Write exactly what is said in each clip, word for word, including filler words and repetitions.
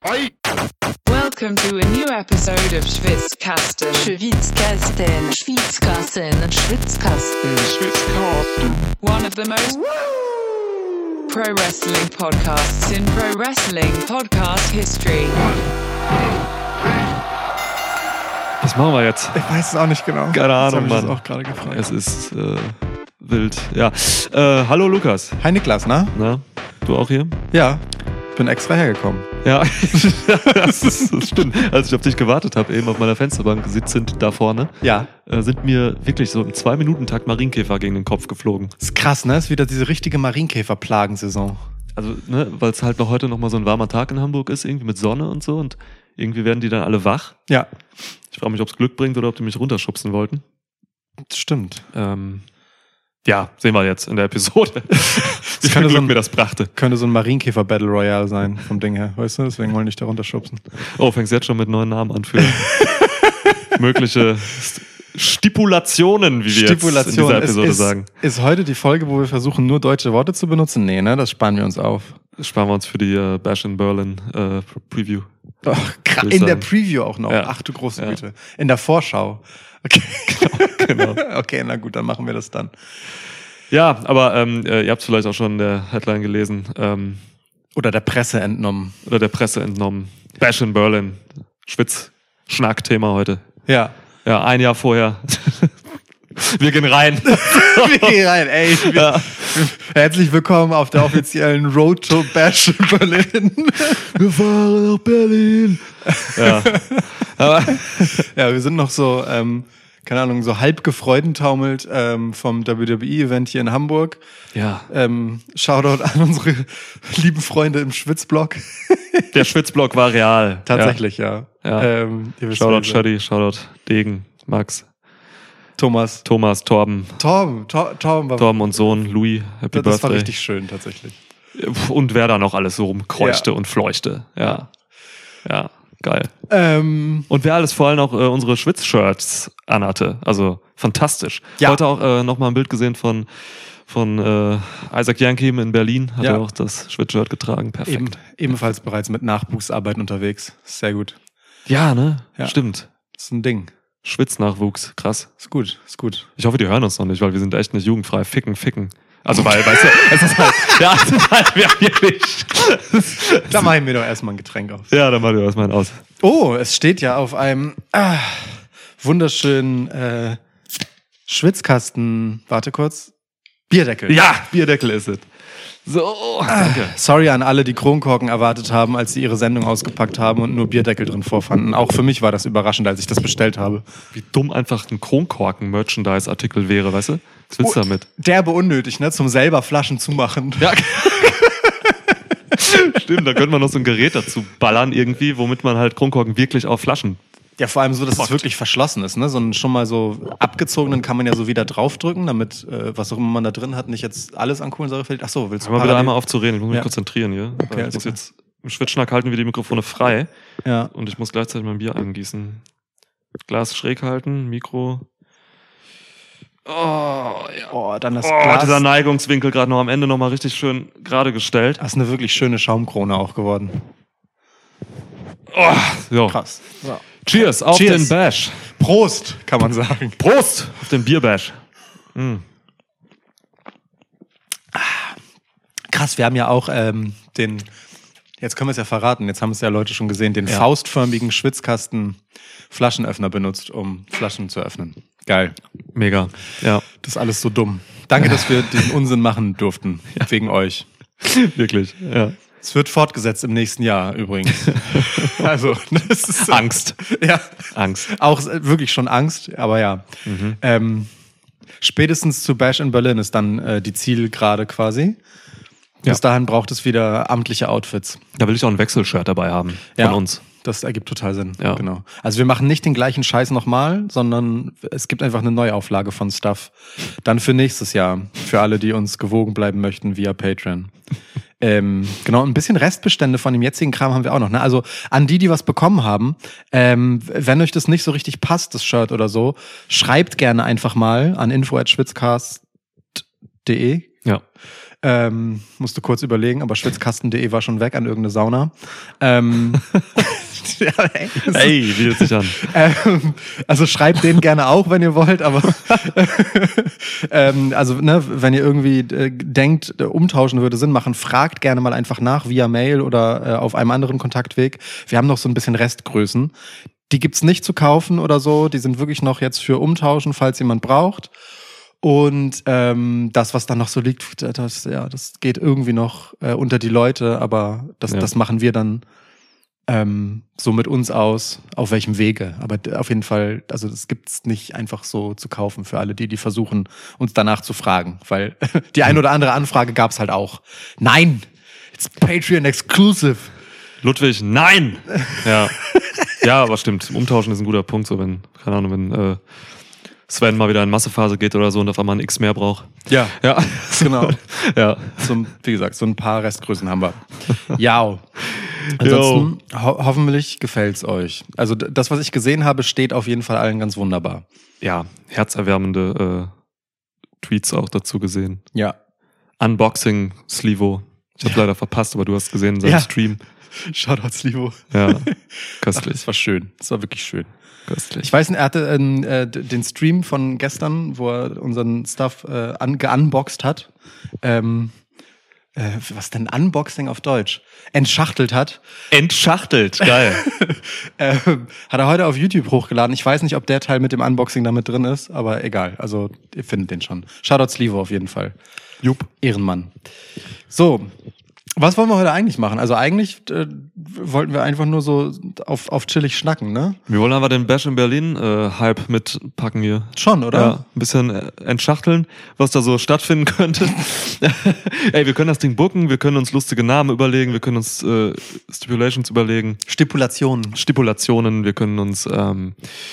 Welcome to a new episode of Schwitzkasten. Schwitzkasten. Schwitzkasten. Schwitzkasten. Schwitzkasten. One of the most Woo! pro wrestling podcasts in pro wrestling podcast history. Was machen wir jetzt? Ich weiß es auch nicht genau. Keine Ahnung, das Mann. Ich auch gerade gefragt. Es ist äh, wild. Ja. Äh, hallo Lukas. Hi Niklas, na? Na, du auch hier? Ja, bin extra hergekommen. Ja, das, ist, das stimmt. Als ich auf dich gewartet habe, eben auf meiner Fensterbank sitzend da vorne, Ja. äh, sind mir wirklich so im Zwei-Minuten-Takt Marienkäfer gegen den Kopf geflogen. Ist krass, ne? Ist wieder diese richtige Marienkäfer-Plagensaison. Also, ne, weil es halt noch heute noch mal so ein warmer Tag in Hamburg ist, irgendwie mit Sonne und so, und irgendwie werden die dann alle wach. Ja, Ich frage mich, ob es Glück bringt oder ob die mich runterschubsen wollten. das stimmt. Ähm, ja, sehen wir jetzt in der Episode, wie viel könnte Glück so ein- mir das brachte. Könnte so ein Marienkäfer-Battle Royale sein, vom Ding her, weißt du? Deswegen wollen die dich da runterschubsen. Oh, fängst jetzt schon mit neuen Namen an für mögliche St- Stipulationen, wie wir jetzt in dieser Episode ist, sagen. Ist heute die Folge, wo wir versuchen, nur deutsche Worte zu benutzen? Nee, ne? Das sparen wir uns auf. Das sparen wir uns für die äh, Bash in Berlin äh, Preview. Oh, krass. Würde ich In der sagen. Preview auch noch. Ja. Ach du große Ja. Güte. In der Vorschau. Okay. Genau. Okay, na gut, dann machen wir das dann. Ja, aber ähm, äh, ihr habt es vielleicht auch schon in der Headline gelesen ähm, Oder der Presse entnommen. oder der Presse entnommen. Bash in Berlin. Schwitz-Schnack-Thema heute. Ja. Ja, ein Jahr vorher. Wir gehen rein. Wir gehen rein, ey. Wir, Ja. Herzlich willkommen auf der offiziellen Road to Bash in Berlin. Wir fahren nach Berlin. Ja. Aber Ja, wir sind noch so, ähm, keine Ahnung, so halb gefreudentaumelt ähm, vom W W E-Event hier in Hamburg. ja, Ähm, Shoutout an unsere lieben Freunde im Schwitzblock. der Schwitzblock war real. Tatsächlich, ja. Ja. Ähm, ihr wisst, Shoutout wer wir sind. Shuddy, Shoutout Degen, Max, Thomas. Thomas, Torben, Torben. Tor Torben war Torben und Sohn, Louis, Happy das, das war Birthday. richtig schön, tatsächlich. Und wer da noch alles so rumkreuchte Ja. und fleuchte. Ja. Ja, geil. Ähm, Und wer alles vor allem auch äh, unsere Schwitz-Shirts anhatte. Also fantastisch. Ja. Heute auch äh, nochmal ein Bild gesehen von, von äh, Isaac Jankim in Berlin. Hat Ja. er auch das Schwitz-Shirt getragen. Perfekt. eben, ebenfalls bereits mit Nachwuchsarbeit unterwegs. Sehr gut. Ja, ne? Ja. Stimmt. Das ist ein Ding. Schwitznachwuchs. Krass. Ist gut, ist gut. Ich hoffe, die hören uns noch nicht, weil wir sind echt nicht jugendfrei. Ficken, ficken. Also, weil, weißt du, es ist halt, ja, es ist halt wirklich. Da machen wir doch erstmal ein Getränk auf. Ja, dann mach dir erstmal einen aus. Oh, es steht ja auf einem ah, wunderschönen äh, Schwitzkasten. Warte kurz. Bierdeckel. Ja, Bierdeckel ist es. So, danke. Sorry an alle, die Kronkorken erwartet haben, als sie ihre Sendung ausgepackt haben und nur Bierdeckel drin vorfanden. Auch für mich war das überraschend, als ich das bestellt habe. Wie dumm einfach ein Kronkorken-Merchandise-Artikel wäre, weißt du? Was willst du Oh, damit? Derbe unnötig, ne? Zum selber Flaschen zumachen. Ja. Stimmt, da könnte man noch so ein Gerät dazu ballern irgendwie, womit man halt Kronkorken wirklich auf Flaschen. Ja, vor allem so, dass es Gott. wirklich verschlossen ist. Ne? So einen schon mal so abgezogenen kann man ja so wieder draufdrücken, damit äh, was auch immer man da drin hat, nicht jetzt alles an Kohlensäure fällt. Ach so, willst du Hör mal bitte parallel- einmal auf zu reden, ich muss mich Ja. konzentrieren hier. Okay, Weil ich alles muss klar. jetzt im Schwitzschnack halten wir die Mikrofone frei Ja. und ich muss gleichzeitig mein Bier eingießen. Glas schräg halten, Mikro. Oh, ja. Oh, dann das Oh, Glas. dieser Neigungswinkel gerade noch am Ende nochmal richtig schön gerade gestellt. Das ist eine wirklich schöne Schaumkrone auch geworden. Oh, so. Krass. Ja. Cheers auf Cheers. den Bash. Prost, kann man sagen. Prost auf den Bierbash. Mm. Krass, wir haben ja auch ähm, den, jetzt können wir es ja verraten, jetzt haben es ja Leute schon gesehen, den Ja. faustförmigen Schwitzkasten Flaschenöffner benutzt, um Flaschen zu öffnen. Geil. Mega. Ja, Das ist alles so dumm. Danke, dass wir diesen Unsinn machen durften. Wegen euch. wirklich. Ja. Es wird fortgesetzt im nächsten Jahr übrigens. Also, das ist Angst. Ja, Angst. auch wirklich schon Angst, aber ja. Mhm. Ähm, spätestens zu Bash in Berlin ist dann äh, die Zielgerade quasi. Ja. Bis dahin braucht es wieder amtliche Outfits. Da will ich auch ein Wechselshirt dabei haben von Ja. uns. Das ergibt total Sinn. Ja. Genau. Also wir machen nicht den gleichen Scheiß nochmal, sondern es gibt einfach eine Neuauflage von Stuff. Dann für nächstes Jahr. Für alle, die uns gewogen bleiben möchten via Patreon. ähm, genau, ein bisschen Restbestände von dem jetzigen Kram haben wir auch noch. Ne? Also an die, die was bekommen haben, ähm, wenn euch das nicht so richtig passt, das Shirt oder so, schreibt gerne einfach mal an info at schwitzcast punkt de. Ja. Ähm, musste kurz überlegen, aber schwitzkasten punkt de war schon weg an irgendeine Sauna. Ähm, ja, ey, Ey, bietet sich an. Ähm, also schreibt den gerne auch, wenn ihr wollt, aber ähm, also ne, wenn ihr irgendwie äh, denkt, äh, umtauschen würde Sinn machen, fragt gerne mal einfach nach via Mail oder äh, auf einem anderen Kontaktweg. Wir haben noch so ein bisschen Restgrößen. Die gibt's nicht zu kaufen oder so. Die sind wirklich noch jetzt für Umtauschen, falls jemand braucht. Und ähm, das, was dann noch so liegt, das, ja, das geht irgendwie noch äh, unter die Leute, aber das, Ja. das machen wir dann ähm, so mit uns aus, auf welchem Wege. Aber auf jeden Fall, also das gibt's nicht einfach so zu kaufen für alle, die, die versuchen, uns danach zu fragen. Weil die ein oder andere Anfrage gab's halt auch. Nein, it's Patreon exclusive. Ludwig, nein! Ja. Ja, aber stimmt. Umtauschen ist ein guter Punkt, so wenn, keine Ahnung, wenn äh, Sven mal wieder in Massephase geht oder so und auf einmal ein X mehr braucht. Ja, Ja, genau. ja. So, wie gesagt, so ein paar Restgrößen haben wir. Ja. Ansonsten ho- hoffentlich gefällt's euch. Also d- das, was ich gesehen habe, steht auf jeden Fall allen ganz wunderbar. Ja, herzerwärmende äh, Tweets auch dazu gesehen. Ja. Unboxing Slivo. Ich habe leider verpasst, aber du hast gesehen in seinem Ja. Stream. Shoutouts, Livo. Ja, Ach, köstlich. das war schön. Das war wirklich schön. köstlich. Ich weiß nicht, er hatte ähm, äh, d- den Stream von gestern, wo er unseren Stuff äh, an, geunboxed hat. Ähm, äh, was denn Unboxing auf Deutsch? Entschachtelt hat. Entschachtelt, geil. Ähm, hat er heute auf YouTube hochgeladen. Ich weiß nicht, ob der Teil mit dem Unboxing da mit drin ist, aber egal. Also, ihr findet den schon. Shoutouts Livo auf jeden Fall. Jupp. Ehrenmann. So, was wollen wir heute eigentlich machen? Also eigentlich äh, wollten wir einfach nur so auf, auf chillig schnacken, ne? Wir wollen aber den Bash in Berlin äh, Hype mitpacken hier. Schon, oder? Ja, ein bisschen äh, entschachteln, was da so stattfinden könnte. Ey, wir können das Ding booken, wir können uns lustige Namen überlegen, wir können uns äh, Stipulations überlegen, Stipulationen. Stipulationen, wir können uns ähm,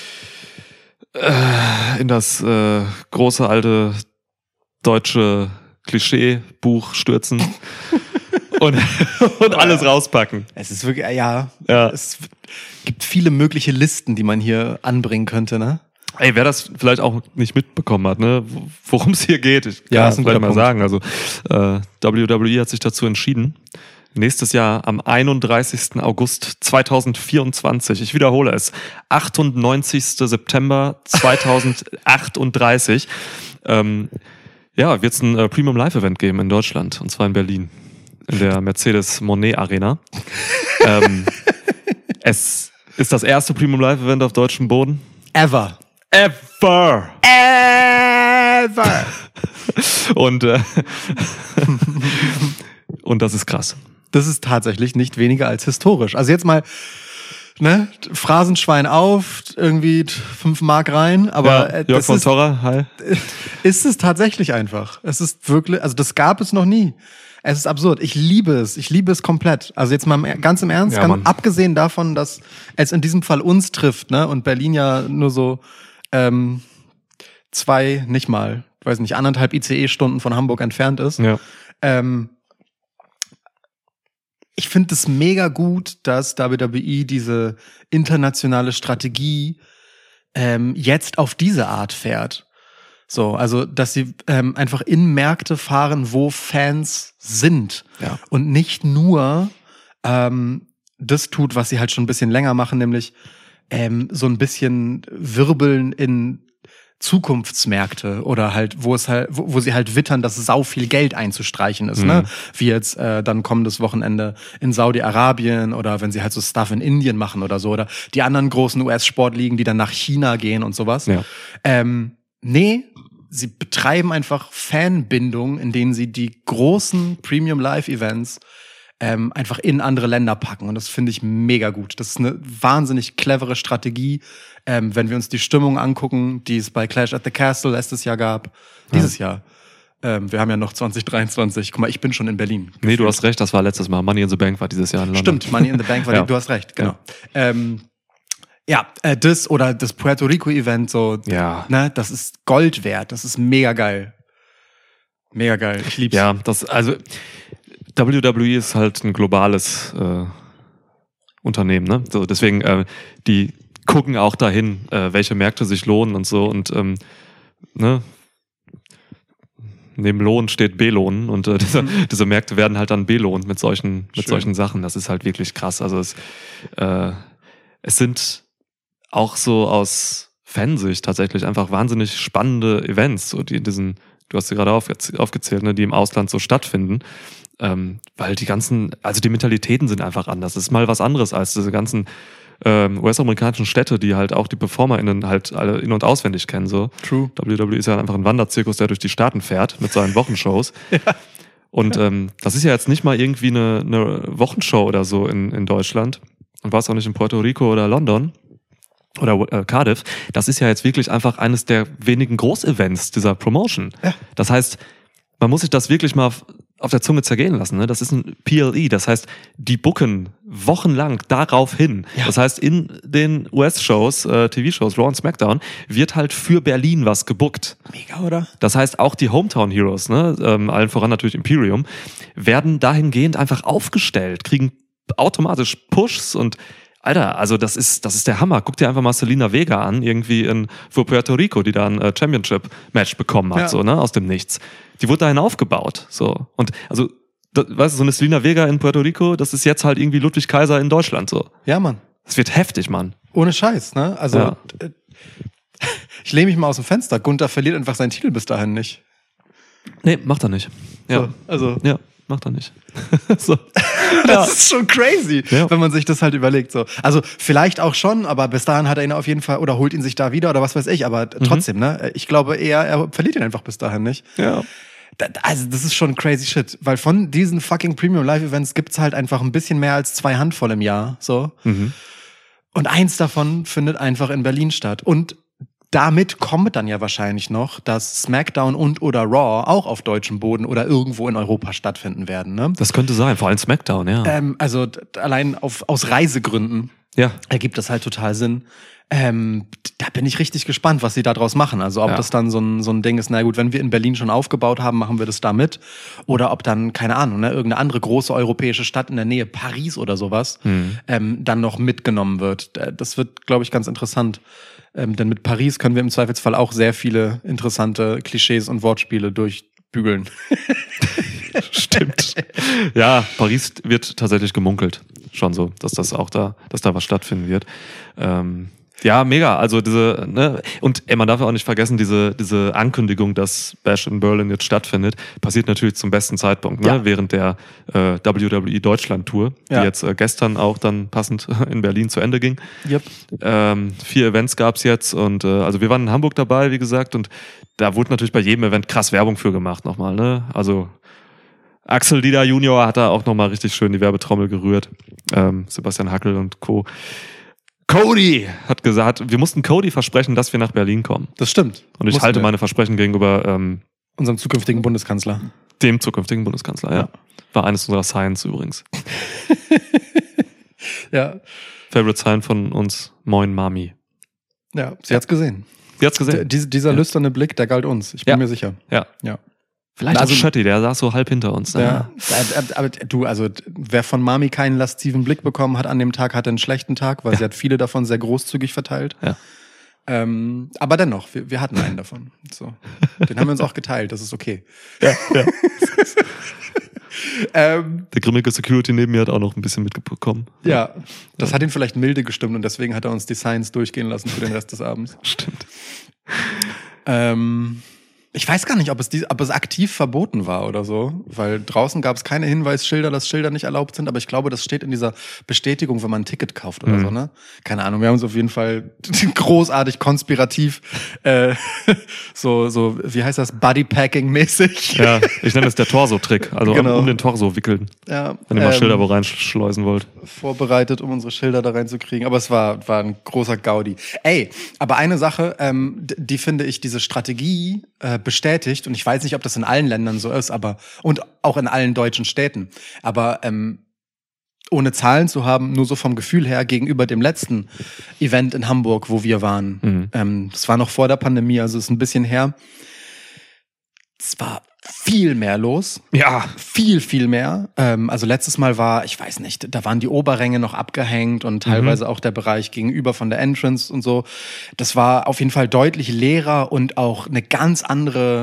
äh, in das äh, große alte deutsche Klischee-Buch stürzen und, und alles rauspacken. Es ist wirklich, ja, Ja. es gibt viele mögliche Listen, die man hier anbringen könnte, ne? Ey, wer das vielleicht auch nicht mitbekommen hat, ne, worum es hier geht, ich kann Ja, das ist ein vielleicht guter mal Punkt. sagen. Also äh, W W E hat sich dazu entschieden, nächstes Jahr am einunddreißigsten August zweitausendvierundzwanzig, ich wiederhole es, achtundneunzigsten September zweitausendachtunddreißig, ähm, ja, wird es ein äh, Premium Live Event geben in Deutschland, und zwar in Berlin, in der Mercedes Monet Arena. ähm, es ist das erste Premium Live Event auf deutschem Boden. Ever. Ever! Ever. Und, äh, und das ist krass. Das ist tatsächlich nicht weniger als historisch. Also jetzt mal, ne, Phrasenschwein auf, irgendwie fünf Mark rein, aber äh, Jörg das von ist, Torra, hi. ist es tatsächlich einfach. Es ist wirklich, also das gab es noch nie. Es ist absurd. Ich liebe es. Ich liebe es komplett. Also jetzt mal im- ganz im Ernst, Ja, ganz Mann. abgesehen davon, dass es in diesem Fall uns trifft, ne, und Berlin ja nur so ähm, zwei, nicht mal, weiß nicht, anderthalb I C E-Stunden von Hamburg entfernt ist. Ja. Ähm, ich finde es mega gut, dass W W E diese internationale Strategie ähm, jetzt auf diese Art fährt. So, also dass sie ähm, einfach in Märkte fahren, wo Fans sind. Ja. Und nicht nur ähm, das tut, was sie halt schon ein bisschen länger machen, nämlich ähm, so ein bisschen wirbeln in Zukunftsmärkte oder halt, wo es halt, wo, wo sie halt wittern, dass sau viel Geld einzustreichen ist, Mhm. ne? Wie jetzt äh, dann kommendes Wochenende in Saudi-Arabien oder wenn sie halt so Stuff in Indien machen oder so oder die anderen großen U S-Sportligen, die dann nach China gehen und sowas. Ja. Ähm, nee, sie betreiben einfach Fanbindung, in denen sie die großen Premium-Live-Events ähm, einfach in andere Länder packen. Und das finde ich mega gut. Das ist eine wahnsinnig clevere Strategie. Ähm, wenn wir uns die Stimmung angucken, die es bei Clash at the Castle letztes Jahr gab, dieses Jahr. Ähm, wir haben ja noch zwanzig dreiundzwanzig. Guck mal, ich bin schon in Berlin. Nee, du hast recht, das war letztes Mal. Money in the Bank war dieses Jahr in London. Stimmt, Money in the Bank war Ja. die, du hast recht, genau. Ähm, ja, äh, das oder das Puerto Rico-Event, so, Ja. ne, das ist Gold wert, das ist mega geil. Mega geil, ich lieb's. Ja, das, also W W E ist halt ein globales äh, Unternehmen, ne? So, deswegen, äh, die gucken auch dahin, äh, welche Märkte sich lohnen und so und ähm, ne? neben Lohn steht Belohn und äh, diese, Mhm. diese Märkte werden halt dann belohnt mit solchen, mit Schön. solchen Sachen. Das ist halt wirklich krass. Also es, äh, es sind auch so aus Fansicht tatsächlich einfach wahnsinnig spannende Events, so die in diesen, du hast sie gerade aufgez- aufgezählt, ne, die im Ausland so stattfinden. Ähm, weil die ganzen, also die Mentalitäten sind einfach anders. Das ist mal was anderes als diese ganzen ähm, U S-amerikanischen Städte, die halt auch die PerformerInnen halt alle in- und auswendig kennen. So. True. W W E ist ja einfach ein Wanderzirkus, der durch die Staaten fährt mit seinen Wochenshows. Ja. Und ähm, das ist ja jetzt nicht mal irgendwie eine, eine Wochenshow oder so in, in Deutschland und war es auch nicht in Puerto Rico oder London oder äh, Cardiff. Das ist ja jetzt wirklich einfach eines der wenigen Großevents dieser Promotion. Ja. Das heißt, man muss sich das wirklich mal auf, auf der Zunge zergehen lassen. Ne? Das ist ein P L E, das heißt, die booken wochenlang darauf hin. Ja. Das heißt, in den U S-Shows, äh, T V-Shows, Raw und SmackDown, wird halt für Berlin was gebookt. Mega, oder? Das heißt, auch die Hometown Heroes, ne, ähm, allen voran natürlich Imperium, werden dahingehend einfach aufgestellt, kriegen automatisch Pushs und Alter, also das ist das ist der Hammer. Guck dir einfach mal Selena Vega an, irgendwie in für Puerto Rico, die da ein äh, Championship-Match bekommen hat, Ja. so, ne, aus dem Nichts. Die wurde dahin aufgebaut, so. Und also, das, weißt du, so eine Selena Vega in Puerto Rico, das ist jetzt halt irgendwie Ludwig Kaiser in Deutschland, so. Ja, Mann. Das wird heftig, Mann. Ohne Scheiß, ne? Also, Ja. äh, ich lehne mich mal aus dem Fenster. Gunther verliert einfach seinen Titel bis dahin nicht. Nee, macht er nicht. Ja. So, also, Ja, macht er nicht. so. das ist schon crazy, Ja. wenn man sich das halt überlegt. So. Also vielleicht auch schon, aber bis dahin hat er ihn auf jeden Fall oder holt ihn sich da wieder oder was weiß ich. Aber trotzdem, ne? Ich glaube eher, er verliert ihn einfach bis dahin nicht. Ja. Da- Also das ist schon crazy shit, weil von diesen fucking Premium Live Events gibt's halt einfach ein bisschen mehr als zwei Handvoll im Jahr. So. Mhm. Und eins davon findet einfach in Berlin statt. Und damit kommt dann ja wahrscheinlich noch, dass SmackDown und oder Raw auch auf deutschem Boden oder irgendwo in Europa stattfinden werden. Ne? Das könnte sein, vor allem SmackDown, ja. Ähm, also d- allein auf, aus Reisegründen ja. ergibt das halt total Sinn. Ähm, da bin ich richtig gespannt, was sie da draus machen. Also ob Ja. das dann so ein, so ein Ding ist, na gut, wenn wir in Berlin schon aufgebaut haben, machen wir das da mit. Oder ob dann, keine Ahnung, ne, irgendeine andere große europäische Stadt in der Nähe, Paris oder sowas, Mhm. ähm, dann noch mitgenommen wird. Äh, Das wird, glaube ich, ganz interessant. Ähm, denn mit Paris können wir im Zweifelsfall auch sehr viele interessante Klischees und Wortspiele durchbügeln. Stimmt. Ja, Paris wird tatsächlich gemunkelt. Schon so, dass das auch da, dass da was stattfinden wird. Ähm, ja, mega. Also diese, ne, und ey, man darf ja auch nicht vergessen, diese, diese Ankündigung, dass Bash in Berlin jetzt stattfindet, passiert natürlich zum besten Zeitpunkt, ne? Ja. Während der äh, W W E Deutschland Tour, Ja. die jetzt äh, gestern auch dann passend in Berlin zu Ende ging. Yep. Ähm, vier Events gab's jetzt und äh, also wir waren in Hamburg dabei, wie gesagt, und da wurde natürlich bei jedem Event krass Werbung für gemacht nochmal, ne? Also Axel Dieter Junior hat da auch nochmal richtig schön die Werbetrommel gerührt. Ähm, Sebastian Hackel und Co. Cody hat gesagt, wir mussten Cody versprechen, dass wir nach Berlin kommen. Das stimmt. Und ich Mussten halte wir. meine Versprechen gegenüber ähm, Unserem zukünftigen Bundeskanzler. dem zukünftigen Bundeskanzler. Ja. Ja. War eines unserer Signs übrigens. Ja. Favorite Sign von uns, Moin Mami. Ja, sie hat's gesehen. Sie hat's D gesehen. dieser dieser Ja. lüsterne Blick, der galt uns. Ich bin Ja. mir sicher. Ja. Ja. Vielleicht Also- auch Schötti, der saß so halb hinter uns. Ne? Ja. Aber, aber du, also wer von Mami keinen lasziven Blick bekommen hat an dem Tag, hatte einen schlechten Tag, weil Ja. sie hat viele davon sehr großzügig verteilt. Ja. Ähm, aber dennoch, wir, wir hatten einen davon. So. Den haben wir uns auch geteilt, das ist okay. Ja, ja. Ähm, Der grimmige Security neben mir hat auch noch ein bisschen mitbekommen. ja, das hat ihn vielleicht milde gestimmt und deswegen hat er uns die Signs durchgehen lassen für den Rest des Abends. Stimmt. Ähm, ich weiß gar nicht, ob es, die, ob es aktiv verboten war oder so, weil draußen gab es keine Hinweisschilder, dass Schilder nicht erlaubt sind, aber ich glaube, das steht in dieser Bestätigung, wenn man ein Ticket kauft oder Mhm. so, ne? Keine Ahnung, wir haben uns auf jeden Fall großartig konspirativ äh, so, so, wie heißt das, Bodypacking-mäßig. Ja, ich nenne es der Torso-Trick. Also Genau. um den Torso wickeln, Ja, wenn ihr mal ähm, Schilder wo reinschleusen wollt. vorbereitet, um unsere Schilder da reinzukriegen. Aber es war, war ein großer Gaudi. Ey, aber eine Sache, ähm, d- die finde ich diese Strategie äh, bestätigt. Und ich weiß nicht, ob das in allen Ländern so ist, aber und auch in allen deutschen Städten. Aber ähm, ohne Zahlen zu haben, nur so vom Gefühl her gegenüber dem letzten Event in Hamburg, wo wir waren. Mhm. Ähm, das war noch vor der Pandemie, also ist ein bisschen her. Es war viel mehr los. Ja. Viel, viel mehr. Ähm, also letztes Mal war, ich weiß nicht, da waren die Oberränge noch abgehängt und teilweise auch der Bereich gegenüber von der Entrance und so. Das war auf jeden Fall deutlich leerer und auch eine ganz andere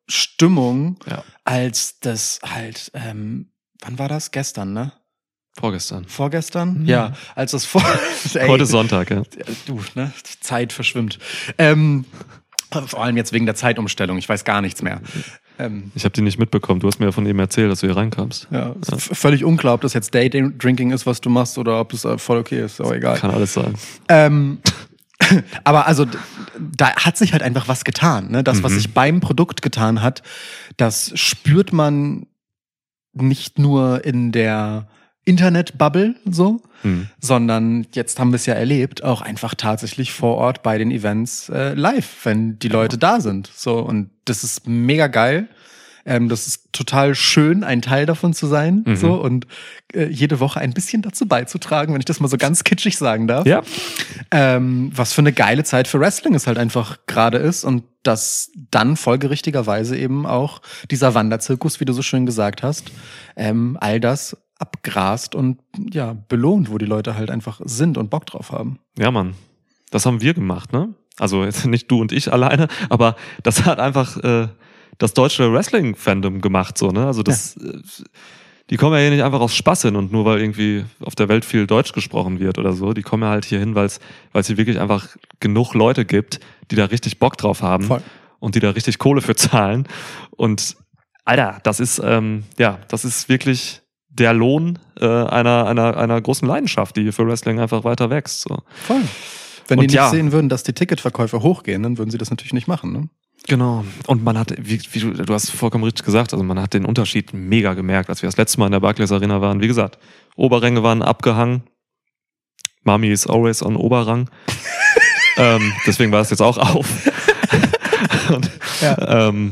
Stimmung, Ja. als das halt, ähm, wann war das? Gestern, ne? Vorgestern. Vorgestern? Mhm. Ja, als das vor... Ey, Heute Sonntag, ja. Du, ne? Die Zeit verschwimmt. Ähm, vor allem jetzt wegen der Zeitumstellung. Ich weiß gar nichts mehr. Ähm, Ich habe die nicht mitbekommen. Du hast mir ja von eben erzählt, dass du hier reinkamst. ja, ist f- völlig unklar, ob das jetzt Day-Drinking ist, was du machst, oder ob es äh, voll okay ist. Aber egal. Kann alles sein. Ähm, aber also, d- da hat sich halt einfach was getan. Ne? Das, was Mhm. sich beim Produkt getan hat, das spürt man nicht nur in der Internet-Bubble so, Hm. sondern jetzt haben wir es ja erlebt, auch einfach tatsächlich vor Ort bei den Events äh, live, wenn die Leute da sind. So, und das ist mega geil. Ähm, das ist total schön, ein Teil davon zu sein. Mhm. So, und äh, jede Woche ein bisschen dazu beizutragen, wenn ich das mal so ganz kitschig sagen darf. Ja. Ähm, was für eine geile Zeit für Wrestling es halt einfach gerade ist und dass dann folgerichtigerweise eben auch dieser Wanderzirkus, wie du so schön gesagt hast, ähm, all das abgrast und ja, belohnt, wo die Leute halt einfach sind und Bock drauf haben. Ja, Mann. Das haben wir gemacht, ne? Also jetzt nicht du und ich alleine, aber das hat einfach äh, das deutsche Wrestling-Fandom gemacht, so, ne? Also das, äh, die kommen ja hier nicht einfach aus Spaß hin und nur weil irgendwie auf der Welt viel Deutsch gesprochen wird oder so, die kommen ja halt hier hin, weil es weil es hier wirklich einfach genug Leute gibt, die da richtig Bock drauf haben Voll. und die da richtig Kohle für zahlen. Und Alter, das ist ähm, ja, das ist wirklich der Lohn äh, einer, einer, einer großen Leidenschaft, die hier für Wrestling einfach weiter wächst. So. Voll. Wenn die Und nicht ja. sehen würden, dass die Ticketverkäufe hochgehen, dann würden sie das natürlich nicht machen. Ne? Genau. Und man hat, wie, wie du, du hast vollkommen richtig gesagt, also man hat den Unterschied mega gemerkt, als wir das letzte Mal in der Barclays Arena waren. Wie gesagt, Oberränge waren abgehangen. Mami is always on Oberrang. ähm, deswegen war es jetzt auch auf. und, Ja. ähm,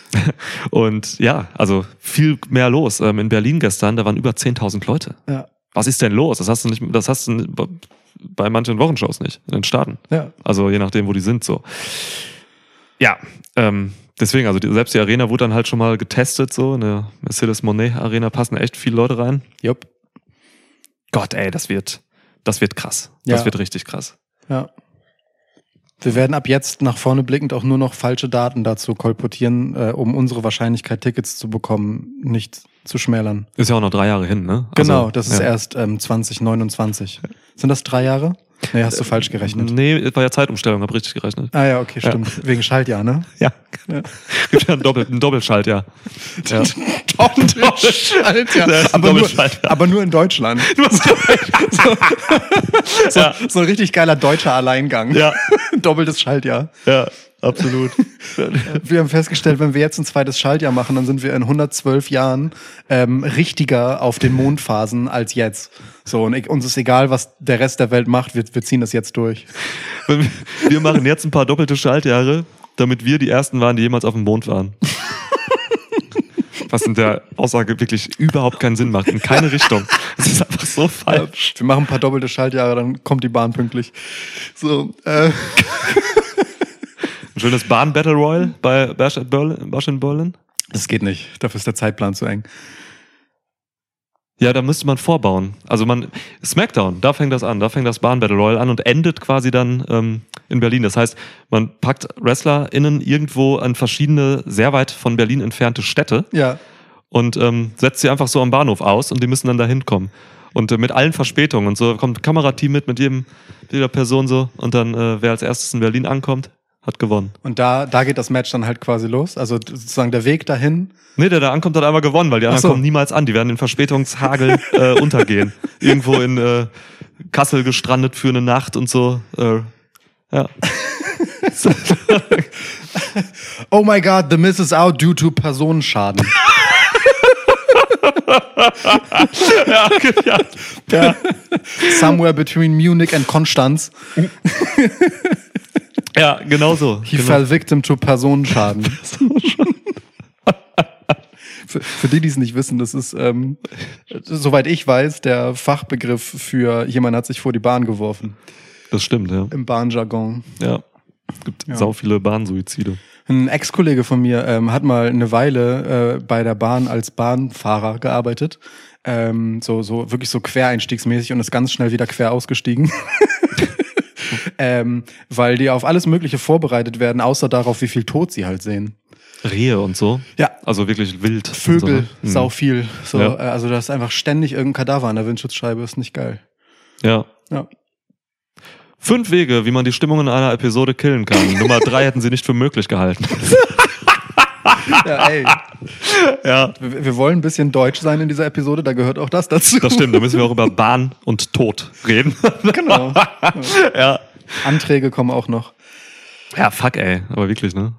und ja, also viel mehr los. Ähm, in Berlin gestern, da waren über zehntausend Leute. Ja. Was ist denn los? Das hast du nicht, das hast du bei manchen Wochenshows nicht in den Staaten. Ja. Also je nachdem, wo die sind, so. Ja, ähm, deswegen, also die, selbst die Arena wurde dann halt schon mal getestet, so. In der Mercedes-Monet-Arena passen echt viele Leute rein. Jupp. Gott, ey, das wird, das wird krass. Ja. Das wird richtig krass. Ja. Wir werden ab jetzt nach vorne blickend auch nur noch falsche Daten dazu kolportieren, äh, um unsere Wahrscheinlichkeit, Tickets zu bekommen, nicht zu schmälern. Ist ja auch noch drei Jahre hin, ne? Genau, Also, das ist ja. erst ähm, zwanzig neunundzwanzig. Sind das drei Jahre? Nee, hast du falsch gerechnet. Nee, war ja Zeitumstellung, hab richtig gerechnet. Ah ja, okay, stimmt. Wegen Schaltjahr, ne? Ja. Ja. Gibt ja einen, Doppel, einen Doppelschaltjahr. Ja. Doppelschaltjahr. Das ist ein Aber, nur, Doppelschaltjahr. aber nur in Deutschland. Du hast So, so, Ja. so ein richtig geiler deutscher Alleingang. Ja. Doppeltes Schaltjahr. Ja, absolut. Wir haben festgestellt, wenn wir jetzt ein zweites Schaltjahr machen, dann sind wir in hundertzwölf Jahren ähm, richtiger auf den Mondphasen als jetzt. So, und ich, uns ist egal, was der Rest der Welt macht, wir, wir ziehen das jetzt durch. Wir, wir machen jetzt ein paar doppelte Schaltjahre, damit wir die Ersten waren, die jemals auf dem Mond waren. Was in der Aussage wirklich überhaupt keinen Sinn macht, in keine Richtung. Das ist einfach so falsch. Wir machen ein paar doppelte Schaltjahre, dann kommt die Bahn pünktlich. So, äh, Ein schönes Bahn-Battle Royal bei Bash at Berlin, Bash in Berlin. das geht nicht. Dafür ist der Zeitplan zu eng. Ja, da müsste man vorbauen. Also man, Smackdown, da fängt das an, da fängt das Bahn-Battle Royal an und endet quasi dann ähm, in Berlin. Das heißt, man packt WrestlerInnen irgendwo an verschiedene, sehr weit von Berlin entfernte Städte Ja. und ähm, setzt sie einfach so am Bahnhof aus und die müssen dann da hinkommen. Und äh, mit allen Verspätungen und so kommt ein Kamerateam mit, mit jedem, jeder Person so und dann, äh, wer als erstes in Berlin ankommt, hat gewonnen. Und da, da geht das Match dann halt quasi los. Also sozusagen der Weg dahin. Nee, der da ankommt, hat einmal gewonnen, weil die anderen Ach so. kommen niemals an. Die werden in Verspätungshagel äh, untergehen. Irgendwo in äh, Kassel gestrandet für eine Nacht und so. Äh, ja. Oh my God, the Miss is out due to Personenschaden. ja, ja, Ja. Somewhere between Munich and Konstanz. ja, genau so. He Genau. fell victim to Personenschaden. für, für die, die es nicht wissen, das ist, ähm, soweit ich weiß, der Fachbegriff für jemand hat sich vor die Bahn geworfen. Das stimmt, ja. Im Bahnjargon. ja. Es gibt Ja. sau viele Bahnsuizide. Ein Ex-Kollege von mir ähm, hat mal eine Weile äh, bei der Bahn als Bahnfahrer gearbeitet. Ähm, so, so wirklich so quereinstiegsmäßig und ist ganz schnell wieder quer ausgestiegen. ähm, weil die auf alles Mögliche vorbereitet werden, außer darauf, wie viel Tod sie halt sehen. Rehe und so. Ja. Also wirklich wild. Vögel, so, ne? sau Mhm. viel. So, Ja. äh, also da ist einfach ständig irgendein Kadaver an der Windschutzscheibe, ist nicht geil. Ja. Ja. Fünf Wege, wie man die Stimmung in einer Episode killen kann. Nummer drei hätten sie nicht für möglich gehalten. Ja, ey. Ja. Wir, wir wollen ein bisschen deutsch sein in dieser Episode, da gehört auch das dazu. Das stimmt, da müssen wir auch über Bahn und Tod reden. Genau. Ja. Anträge kommen auch noch. Ja, fuck, ey. Aber wirklich, ne?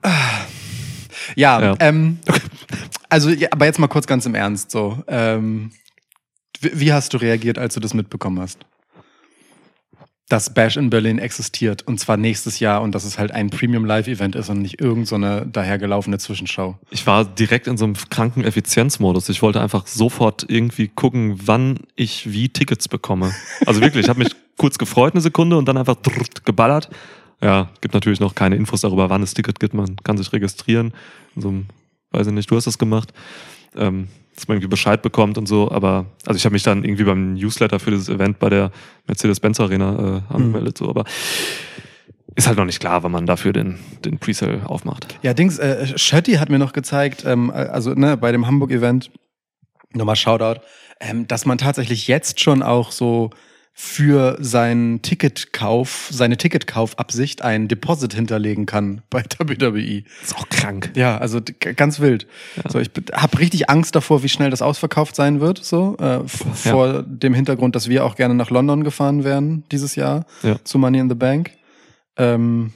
Ja, Ja. ähm, also, ja, aber jetzt mal kurz ganz im Ernst, so. Ähm, wie, wie hast du reagiert, als du das mitbekommen hast? Dass Bash in Berlin existiert und zwar nächstes Jahr und dass es halt ein Premium-Live-Event ist und nicht irgend so eine dahergelaufene Zwischenschau. Ich war direkt in so einem kranken Effizienzmodus. Ich wollte einfach sofort irgendwie gucken, wann ich wie Tickets bekomme. Also wirklich, ich habe mich kurz gefreut, eine Sekunde, und dann einfach drrrt, geballert. Ja, gibt natürlich noch keine Infos darüber, wann es Ticket gibt. Man kann sich registrieren. In so einem, weiß ich nicht, du hast das gemacht. Ähm, dass man irgendwie Bescheid bekommt und so, aber also ich habe mich dann irgendwie beim Newsletter für dieses Event bei der Mercedes-Benz Arena äh, angemeldet, mhm. so, aber ist halt noch nicht klar, wann man dafür den, den Presale aufmacht. Ja, Dings, äh, Schötti hat mir noch gezeigt, ähm, also ne, bei dem Hamburg-Event, nochmal Shoutout, ähm, dass man tatsächlich jetzt schon auch so für seinen Ticketkauf, seine Ticketkaufabsicht ein Deposit hinterlegen kann bei W W E. Ist auch krank. Ja, also d- ganz wild. Ja. So, ich habe richtig Angst davor, wie schnell das ausverkauft sein wird. So äh, f- Ja. vor dem Hintergrund, dass wir auch gerne nach London gefahren wären dieses Jahr Ja. zu Money in the Bank. Ähm,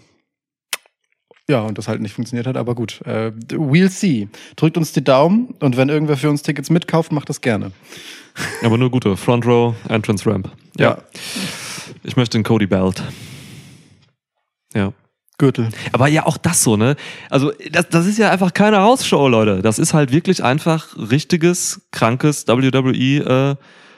ja, und das halt nicht funktioniert hat, aber gut. Äh, we'll see. Drückt uns die Daumen und wenn irgendwer für uns Tickets mitkauft, macht das gerne. Aber nur gute. Front Row, Entrance Ramp. Ja. Ja. Ich möchte den Cody Belt. Ja. Gürtel. Aber ja, auch das so, ne? Also, das, das ist ja einfach keine Hausshow, Leute. Das ist halt wirklich einfach richtiges, krankes W W E äh,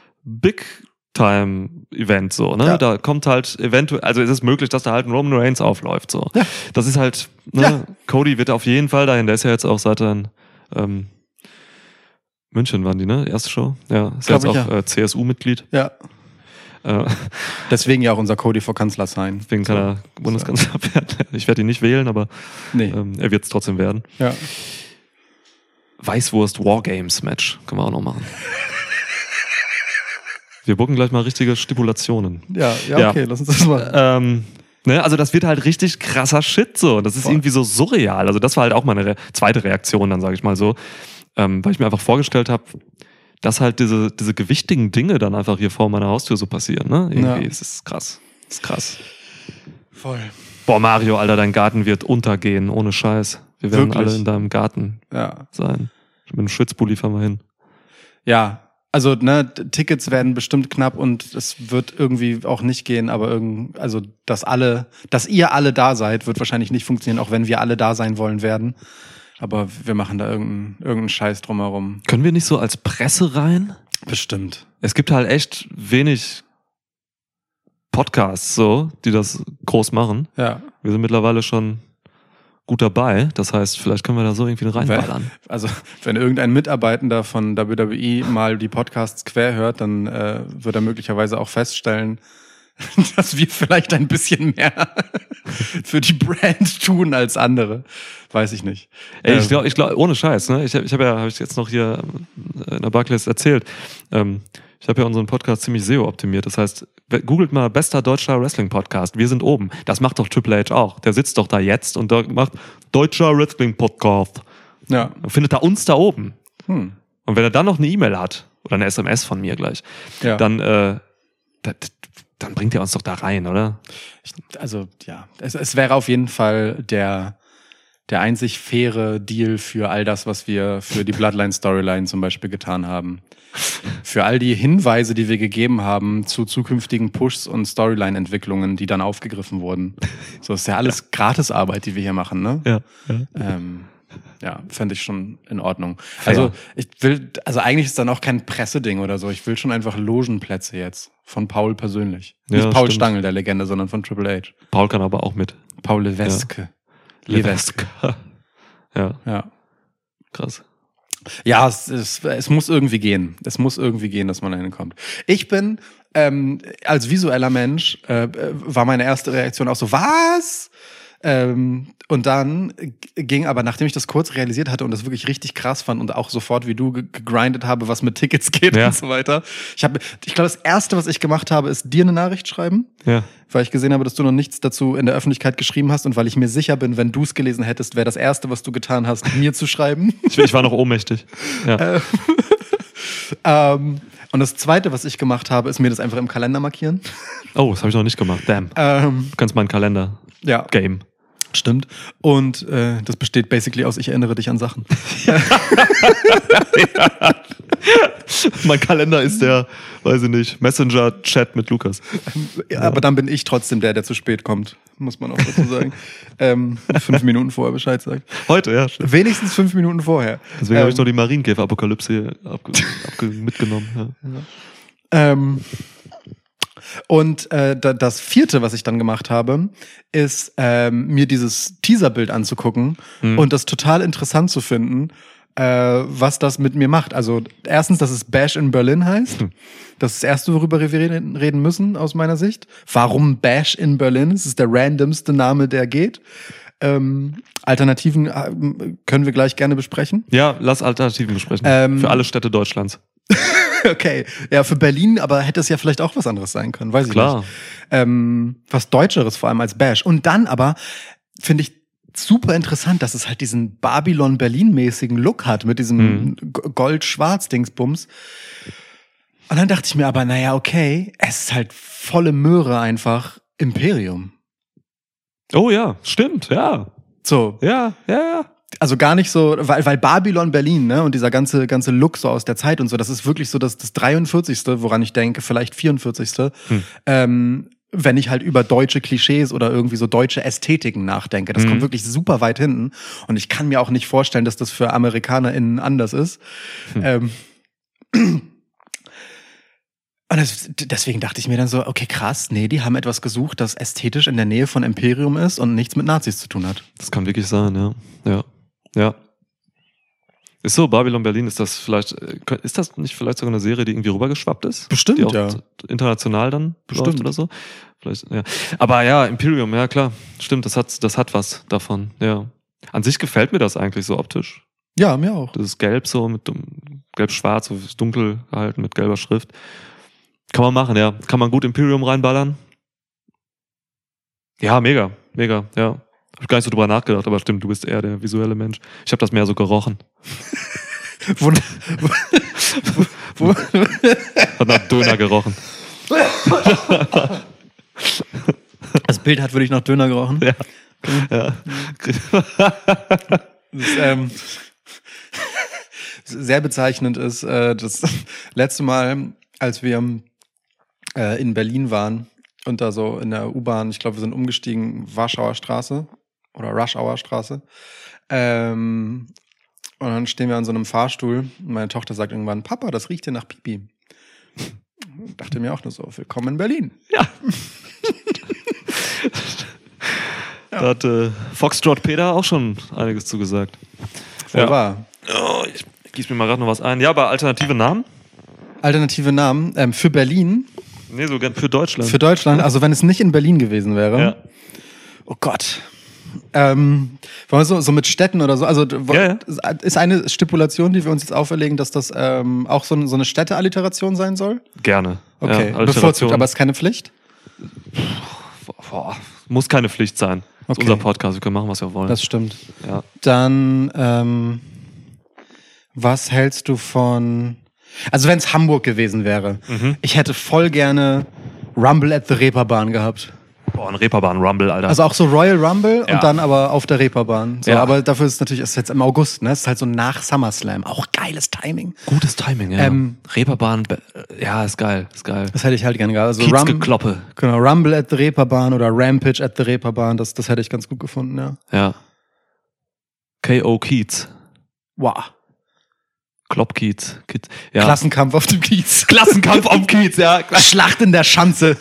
Big-Time-Event, so, ne? Ja. Da kommt halt eventuell, also es ist möglich, dass da halt ein Roman Reigns aufläuft, so. Ja. Das ist halt, ne? Ja. Cody wird auf jeden Fall dahin, der ist ja jetzt auch seit dann, ähm, München waren die, ne? Erste Show? Ja, ist ja jetzt Glaub auch ich, ja. äh, C S U-Mitglied. Ja. Äh, Deswegen ja auch unser Cody vor Kanzler sein. Deswegen kann er Bundeskanzler werden. Ich werde ihn nicht wählen, aber Nee. ähm, er wird es trotzdem werden. Ja. Weißwurst Wargames Match können wir auch noch machen. Wir bucken gleich mal richtige Stipulationen. Ja, ja, Ja. okay, lass uns das mal. Ähm, ne, also das wird halt richtig krasser Shit so. Das ist Voll. irgendwie so surreal. Also das war halt auch meine Re- zweite Reaktion, dann sage ich mal so, ähm, weil ich mir einfach vorgestellt habe, dass halt diese diese gewichtigen Dinge dann einfach hier vor meiner Haustür so passieren. Ne? Irgendwie Ja. ist es krass. Das ist krass. Voll. Boah, Mario, Alter, dein Garten wird untergehen, ohne Scheiß. Wir werden Wirklich? alle in deinem Garten Ja. sein. Mit einem Schwitzpulli fahren wir hin. Ja, also ne, t- Tickets werden bestimmt knapp und es wird irgendwie auch nicht gehen, aber irgend, also dass alle, dass ihr alle da seid, wird wahrscheinlich nicht funktionieren, auch wenn wir alle da sein wollen werden. Aber wir machen da irgendeinen irgendeinen Scheiß drumherum. Können wir nicht so als Presse rein? Bestimmt. Es gibt halt echt wenig Podcasts, so, die das groß machen. Ja. Wir sind mittlerweile schon gut dabei. Das heißt, vielleicht können wir da so irgendwie reinballern. Also wenn irgendein Mitarbeitender von W W E mal die Podcasts quer hört, dann äh, wird er möglicherweise auch feststellen, dass wir vielleicht ein bisschen mehr für die Brand tun als andere. Weiß ich nicht. Ey, ich Ähm, glaube, ich glaub, ohne Scheiß, ne? Ich habe ich hab ja, habe ich jetzt noch hier in der Barclays erzählt. Ähm, ich habe ja unseren Podcast ziemlich S E O optimiert. Das heißt, googelt mal bester deutscher Wrestling Podcast. Wir sind oben. Das macht doch Triple H auch. Der sitzt doch da jetzt und da macht deutscher Wrestling Podcast. Ja. Dann findet er uns da oben. Hm. Und wenn er dann noch eine E-Mail hat oder eine S M S von mir gleich, Ja. dann äh, da, dann bringt er uns doch da rein, oder? Ich, also ja, es, es wäre auf jeden Fall der der einzig faire Deal für all das, was wir für die Bloodline-Storyline zum Beispiel getan haben. Für all die Hinweise, die wir gegeben haben zu zukünftigen Pushs und Storyline-Entwicklungen, die dann aufgegriffen wurden. So ist ja alles Gratisarbeit, die wir hier machen, ne? Ja. ja. Ähm, ja, fände ich schon in Ordnung. Fair. Also ich will, also eigentlich ist dann auch kein Presseding oder so. Ich will schon einfach Logenplätze jetzt. Von Paul persönlich. Ja, Nicht Paul stimmt. Stangl, der Legende, sondern von Triple H. Paul kann aber auch mit. Paul Levesque. Levesque. Ja, Ja. krass. Ja, es, es, es muss irgendwie gehen. Es muss irgendwie gehen, dass man da hinkommt. Ich bin, ähm, als visueller Mensch, äh, war meine erste Reaktion auch so, was? Ähm, und dann ging aber, nachdem ich das kurz realisiert hatte und das wirklich richtig krass fand und auch sofort wie du ge- gegrindet habe, was mit Tickets geht Ja. und so weiter. Ich habe, ich glaube, das Erste, was ich gemacht habe, ist dir eine Nachricht schreiben, Ja. weil ich gesehen habe, dass du noch nichts dazu in der Öffentlichkeit geschrieben hast und weil ich mir sicher bin, wenn du es gelesen hättest, wäre das Erste, was du getan hast, mir zu schreiben. Ich, ich war noch ohnmächtig. Ja. ähm, und das Zweite, was ich gemacht habe, ist mir das einfach im Kalender markieren. Oh, das habe ich noch nicht gemacht. Damn. Ähm, Du kannst meinen Kalender. ja. Game. Stimmt. Und äh, das besteht basically aus, ich erinnere dich an Sachen. Mein Kalender ist der, weiß ich nicht, Messenger-Chat mit Lukas. Ja, aber dann bin ich trotzdem der, der zu spät kommt, muss man auch dazu sagen. ähm, fünf Minuten vorher Bescheid sagt. Heute, ja. Stimmt. Wenigstens fünf Minuten vorher. Deswegen habe ich Ähm, noch die Marienkäfer-Apokalypse hier abge abge mitgenommen. Ja. Ähm, und äh, da, das vierte, was ich dann gemacht habe, ist ähm, mir dieses Teaserbild anzugucken Mhm. und das total interessant zu finden, äh, was das mit mir macht. Also erstens, dass es Bash in Berlin heißt. Mhm. Das ist das Erste, worüber wir reden reden müssen, aus meiner Sicht. Warum Bash in Berlin? Es ist der randomste Name, der geht. Ähm, Alternativen äh, können wir gleich gerne besprechen. Ja, lass Alternativen besprechen. Ähm, Für alle Städte Deutschlands. Okay, ja, für Berlin, aber hätte es ja vielleicht auch was anderes sein können, weiß ich Klar. nicht. Ähm, was Deutscheres vor allem als Bash. Und dann aber finde ich super interessant, dass es halt diesen Babylon-Berlin-mäßigen Look hat mit diesem Mhm. G- Gold-Schwarz-Dingsbums. Und dann dachte ich mir aber, naja, okay, es ist halt volle Möhre einfach Imperium. Oh ja, stimmt, ja. So, Ja, ja, ja. also gar nicht so, weil, weil Babylon Berlin, ne, und dieser ganze, ganze Look so aus der Zeit und so, das ist wirklich so das, das dreiundvierzigste, woran ich denke, vielleicht vierundvierzigste Hm. Ähm, wenn ich halt über deutsche Klischees oder irgendwie so deutsche Ästhetiken nachdenke. Das Mhm. kommt wirklich super weit hinten. Und ich kann mir auch nicht vorstellen, dass das für AmerikanerInnen anders ist. Hm. Ähm, und das, deswegen dachte ich mir dann so, okay, krass, nee, die haben etwas gesucht, das ästhetisch in der Nähe von Imperium ist und nichts mit Nazis zu tun hat. Das kann wirklich sein, ja. Ja. Ja. Ist so, Babylon Berlin, ist das vielleicht, äh, ist das nicht vielleicht sogar eine Serie, die irgendwie rübergeschwappt ist? Bestimmt, die auch ja. international dann Bestimmt. läuft oder so? Vielleicht, ja. Aber ja, Imperium, ja klar. Stimmt, das hat, das hat was davon, ja. An sich gefällt mir das eigentlich so optisch. Ja, mir auch. Das ist gelb so, mit gelb-schwarz, so dunkel gehalten mit gelber Schrift. Kann man machen, ja. Kann man gut Imperium reinballern. Ja, mega, mega, ja. Hab ich gar nicht so drüber nachgedacht, aber stimmt, du bist eher der visuelle Mensch. Ich habe das mehr so gerochen. Wo, wo, wo, Hat nach Döner gerochen. das Bild hat wirklich nach Döner gerochen. Ja. Ja. Das ist, ähm, sehr bezeichnend ist, äh, das letzte Mal, als wir äh, in Berlin waren und da so in der U-Bahn, ich glaube, wir sind umgestiegen, Warschauer Straße oder Rush-Hour Straße. Ähm, und dann stehen wir an so einem Fahrstuhl und meine Tochter sagt irgendwann, Papa, das riecht hier nach Pipi. Ich dachte mir auch nur so, willkommen in Berlin. Ja. Da hat äh, Foxtrot Peter auch schon einiges zugesagt. Voll Ja. wahr. Oh, ich gieß mir mal gerade noch was ein. Ja, aber alternative Namen? Alternative Namen ähm, für Berlin, Nee, so gern für Deutschland. für Deutschland, also wenn es nicht in Berlin gewesen wäre. ja. Oh Gott. Ähm, wollen wir so, so mit Städten oder so? Also wo- Ja, ist eine Stipulation, die wir uns jetzt auferlegen, dass das ähm, auch so, so eine Städte-Alliteration sein soll? Gerne. Okay, ja, bevorzugt, Alliteration. aber es ist keine Pflicht? Boah, muss keine Pflicht sein. Das Okay. ist unser Podcast, wir können machen, was wir wollen. Das stimmt. ja. Dann, ähm, was hältst du von... Also wenn es Hamburg gewesen wäre, Mhm. ich hätte voll gerne Rumble at the Reeperbahn gehabt. Boah, ein Reeperbahn-Rumble, Alter. Also auch so Royal Rumble Ja. und dann aber auf der Reeperbahn. So, Ja. aber dafür ist es natürlich, es ist jetzt im August, ne? Es ist halt so nach SummerSlam. Auch geiles Timing. gutes Timing, ja. Ähm, Reeperbahn, be- ja, ist geil, ist geil. Das hätte ich halt gerne gehabt. Also Rum, Kiezgekloppe. genau, Rumble at the Reeperbahn oder Rampage at the Reeperbahn, das, das hätte ich ganz gut gefunden, ja. Ja. K O Kiez. Wow. Klopp Kiez. Kiez. Ja. Klassenkampf auf dem Kiez. Klassenkampf am Kiez, ja. Schlacht in der Schanze.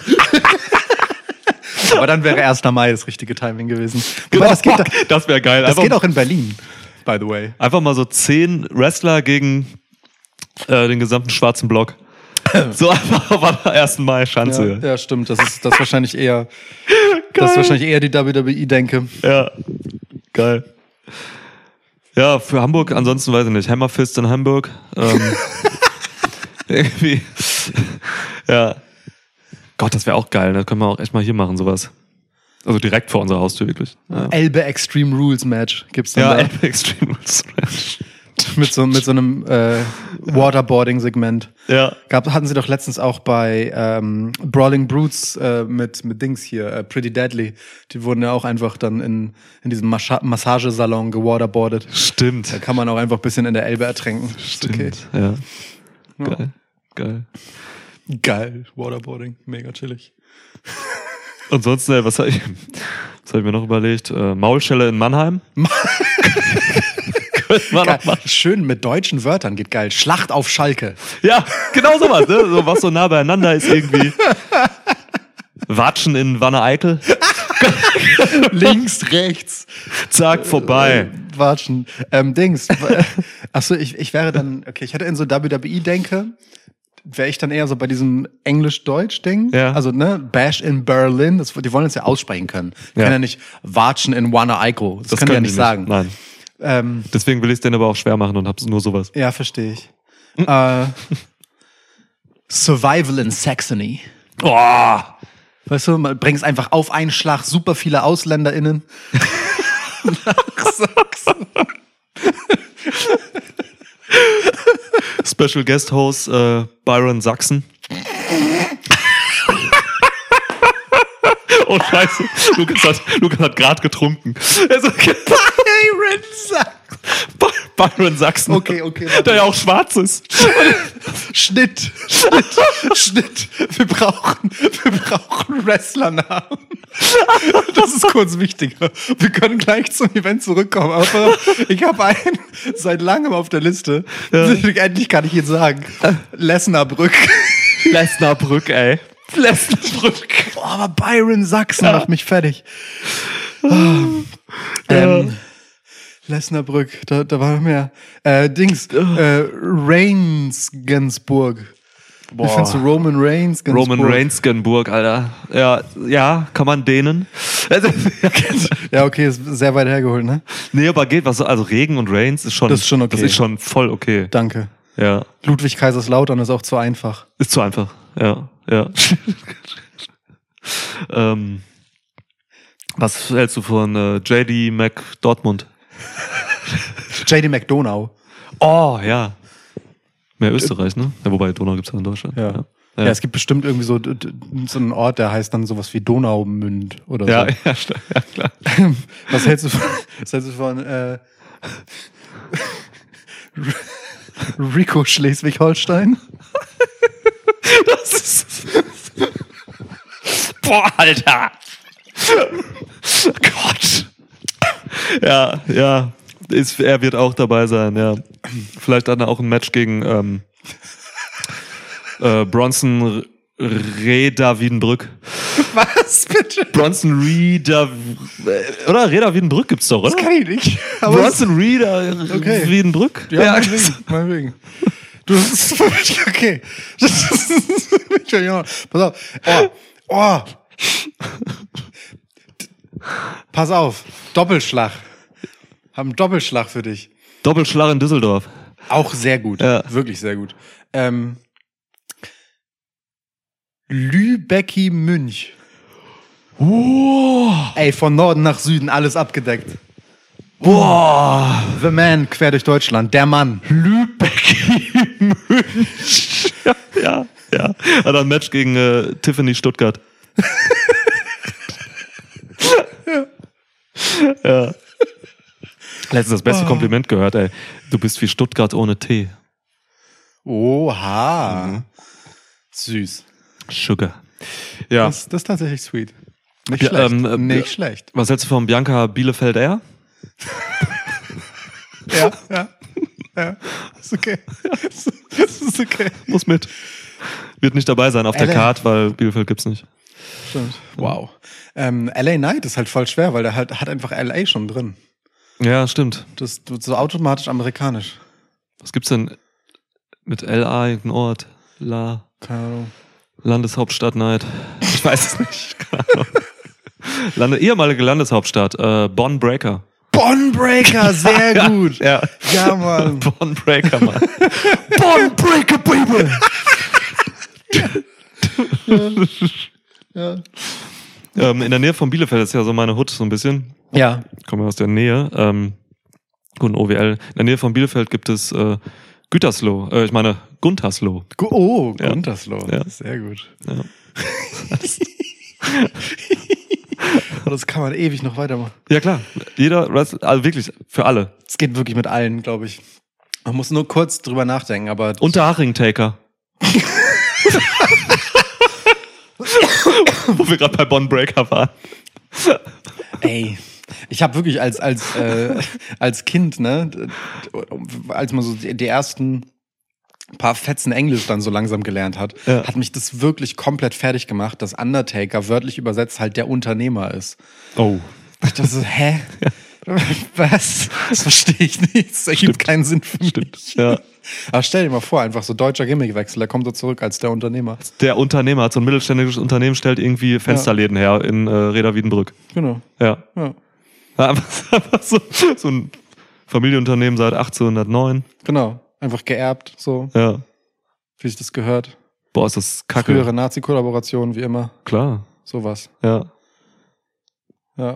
Aber dann wäre erster Mai das richtige Timing gewesen. Wobei, das geht, Fuck, das wäre geil. das Einfach, geht auch in Berlin, by the way. einfach mal so zehn Wrestler gegen äh, den gesamten schwarzen Block. So einfach auf der ersten Mai Schanze. Ja, ja, stimmt. Das ist das ist wahrscheinlich eher, das ist wahrscheinlich eher die W W E-Denke. Ja, geil. Ja, für Hamburg ansonsten weiß ich nicht. Hammerfist in Hamburg. Ähm, irgendwie. Ja. Gott, das wäre auch geil. Das können wir auch echt mal hier machen, sowas. Also direkt vor unserer Haustür, wirklich. Ja. Elbe Extreme Rules Match gibt's dann Ja, da. Elbe Extreme Rules Match. mit, so, mit so einem äh, Waterboarding-Segment. Ja. Gab, hatten sie doch letztens auch bei ähm, Brawling Brutes äh, mit, mit Dings hier, äh, Pretty Deadly. Die wurden ja auch einfach dann in, in diesem Mascha- Massagesalon gewaterboardet. Stimmt. Da kann man auch einfach ein bisschen in der Elbe ertränken. Stimmt. Okay. Ja. Ja. Geil. Geil. Geil. Waterboarding. Mega chillig. Ansonsten, ey, was habe ich, was hab ich mir noch überlegt? Äh, Maulschelle in Mannheim. Könnte man Geil. noch machen. Schön mit deutschen Wörtern geht geil. Schlacht auf Schalke. Ja, genau sowas, ne? So, was so nah beieinander ist irgendwie. Watschen in Wanne-Eickel. Links, rechts. Zack, vorbei. Äh, Watschen. Ähm, Dings. Achso, ich, ich wäre dann, okay, ich hätte in so W W E-Denke, wäre ich dann eher so bei diesem Englisch-Deutsch-Ding. Ja. Also, ne, Bash in Berlin, das, die wollen es ja aussprechen können. Die Ja. können ja nicht Watschen in Wanne-Eickel. Das, Das können die ja können nicht die sagen. Nein. Ähm, Deswegen will ich es denen aber auch schwer machen und hab's nur sowas. ja, verstehe ich. äh, Survival in Saxony. Oh! Weißt du, man bringst einfach auf einen Schlag super viele AusländerInnen. nach Sachsen. Special Guest Host äh, Byron Sachsen. Oh Scheiße, Lukas hat, Lukas hat gerade getrunken. Also, Byron Sachsen. Byron Sachsen. Okay, okay. warte. Der ja auch schwarz ist. Schnitt, Schnitt, Schnitt. Wir brauchen, wir brauchen Wrestlernamen. Das ist kurz wichtiger. Wir können gleich zum Event zurückkommen. Aber ich habe einen seit langem auf der Liste. Ja. Endlich kann ich ihn sagen. Lesnarbrück. Lesnarbrück, ey. Lesnarbrück. Oh, aber Byron Sachsen Ja. macht mich fertig. Oh. Ja. Ähm, Lesnarbrück, da, da war noch mehr. Äh, Dings, äh, Reignsgensburg. Wie findest du Roman Reigns? Roman Reignsgenburg, Alter. Ja, ja, kann man dehnen. Also, Ja, okay, ist sehr weit hergeholt, ne? nee, aber geht was. Also Regen und Reigns ist schon, Das ist schon okay. Das ist schon voll okay. Danke. Ja, Ludwig Kaiserslautern ist auch zu einfach. ist zu einfach. Ja, ja. ähm, was hältst du von äh, J D McDortmund? J D McDonough. Oh, ja. Mehr Österreich, ne? Ja, wobei Donau gibt's ja in Deutschland. Ja. Ja, Ja, es gibt bestimmt irgendwie so, d- d- so einen Ort, der heißt dann sowas wie Donaumünd oder ja, so. ja, st- ja klar. Was hältst du von, was hältst du von äh, Rico Schleswig-Holstein? Das ist... Boah, Alter! Gott! Ja, ja. Ist, er wird auch dabei sein, ja. Vielleicht dann auch ein Match gegen ähm, äh, Bronson Reda Wiedenbrück. Was, bitte? Bronson Reda... Oder? Reda Wiedenbrück gibt's doch, oder? Das kann ich nicht. Aber Bronson Reda Okay. Wiedenbrück? Ja, meinetwegen, meinetegen. Du, das ist für mich okay. Das ist für mich ja. Pass auf. Oh, oh. Pass auf. Doppelschlag. Haben Doppelschlag für dich. Doppelschlag in Düsseldorf. Auch sehr gut. Ja. Wirklich sehr gut. Ähm, Lübecki Münch. Oh, Ey, von Norden nach Süden alles abgedeckt. boah. The Man quer durch Deutschland. Der Mann. Lübeck Münch. Ja, ja, ja. Hat er ein Match gegen äh, Tiffany Stuttgart. ja. ja. Letztens das beste Kompliment gehört, ey. Du bist wie Stuttgart ohne Tee. Oha. Mhm. Süß. Sugar. Ja. Das, das ist tatsächlich sweet. Nicht Ja, schlecht. ähm, äh, Nicht ja. schlecht. Was hältst du von Bianca Bielefeld Air? Ja, ja. Ja. Ist okay. Das ist okay. Muss mit. Wird nicht dabei sein auf der L A. Card, weil Bielefeld gibt's nicht. Stimmt. Wow. Ähm, L A Knight ist halt voll schwer, weil der halt hat einfach L A schon drin. Ja, stimmt. Das ist so automatisch amerikanisch. Was gibt's denn mit L A, irgendein Ort? La. Keine Ahnung. Landeshauptstadt Night. Ich weiß es nicht. Keine Ahnung. Lande, ehemalige Landeshauptstadt. Äh, Bonn Breaker. Bonn Breaker, sehr Ja, gut. Ja. Ja, Mann. Bonn Breaker, Mann. Bonn Breaker, Baby. ja. Ja. ähm, in der Nähe von Bielefeld ist ja so meine Hut so ein bisschen. Ja. Ich komme aus der Nähe. Ähm, gut, O W L. In der Nähe von Bielefeld gibt es äh, Gütersloh. Äh, ich meine Guntersloh. Gu- Oh, Ja. Guntersloh. Ja. Sehr gut. Ja. Aber das kann man ewig noch weitermachen. Ja klar, jeder, Wrestler- also wirklich, für alle. Es geht wirklich mit allen, glaube ich. Man muss nur kurz drüber nachdenken, aber... Unterhaching-Taker. Wo wir gerade bei Bonn Breaker waren. Ey, ich habe wirklich als als äh, als Kind, ne, als man so die, die ersten paar Fetzen Englisch dann so langsam gelernt hat, Ja. hat mich das wirklich komplett fertig gemacht, dass Undertaker wörtlich übersetzt halt der Unternehmer ist. Oh. Ich dachte so, hä? Was? Das verstehe ich nicht. Das ergibt keinen Sinn für mich. Ja. Aber stell dir mal vor, einfach so deutscher Gimmickwechsel, der kommt so zurück als der Unternehmer. Der Unternehmer hat so ein mittelständisches Unternehmen, stellt irgendwie Fensterläden her in äh, Reda Wiedenbrück. Genau. Ja. Ja. Ja, einfach, einfach so, so ein Familienunternehmen seit achtzehnhundertneun. Genau. Einfach geerbt, so, Ja. wie sich das gehört. Boah, ist das kacke. Frühere Nazi-Kollaboration, wie immer. Klar. Sowas. Ja. Ja.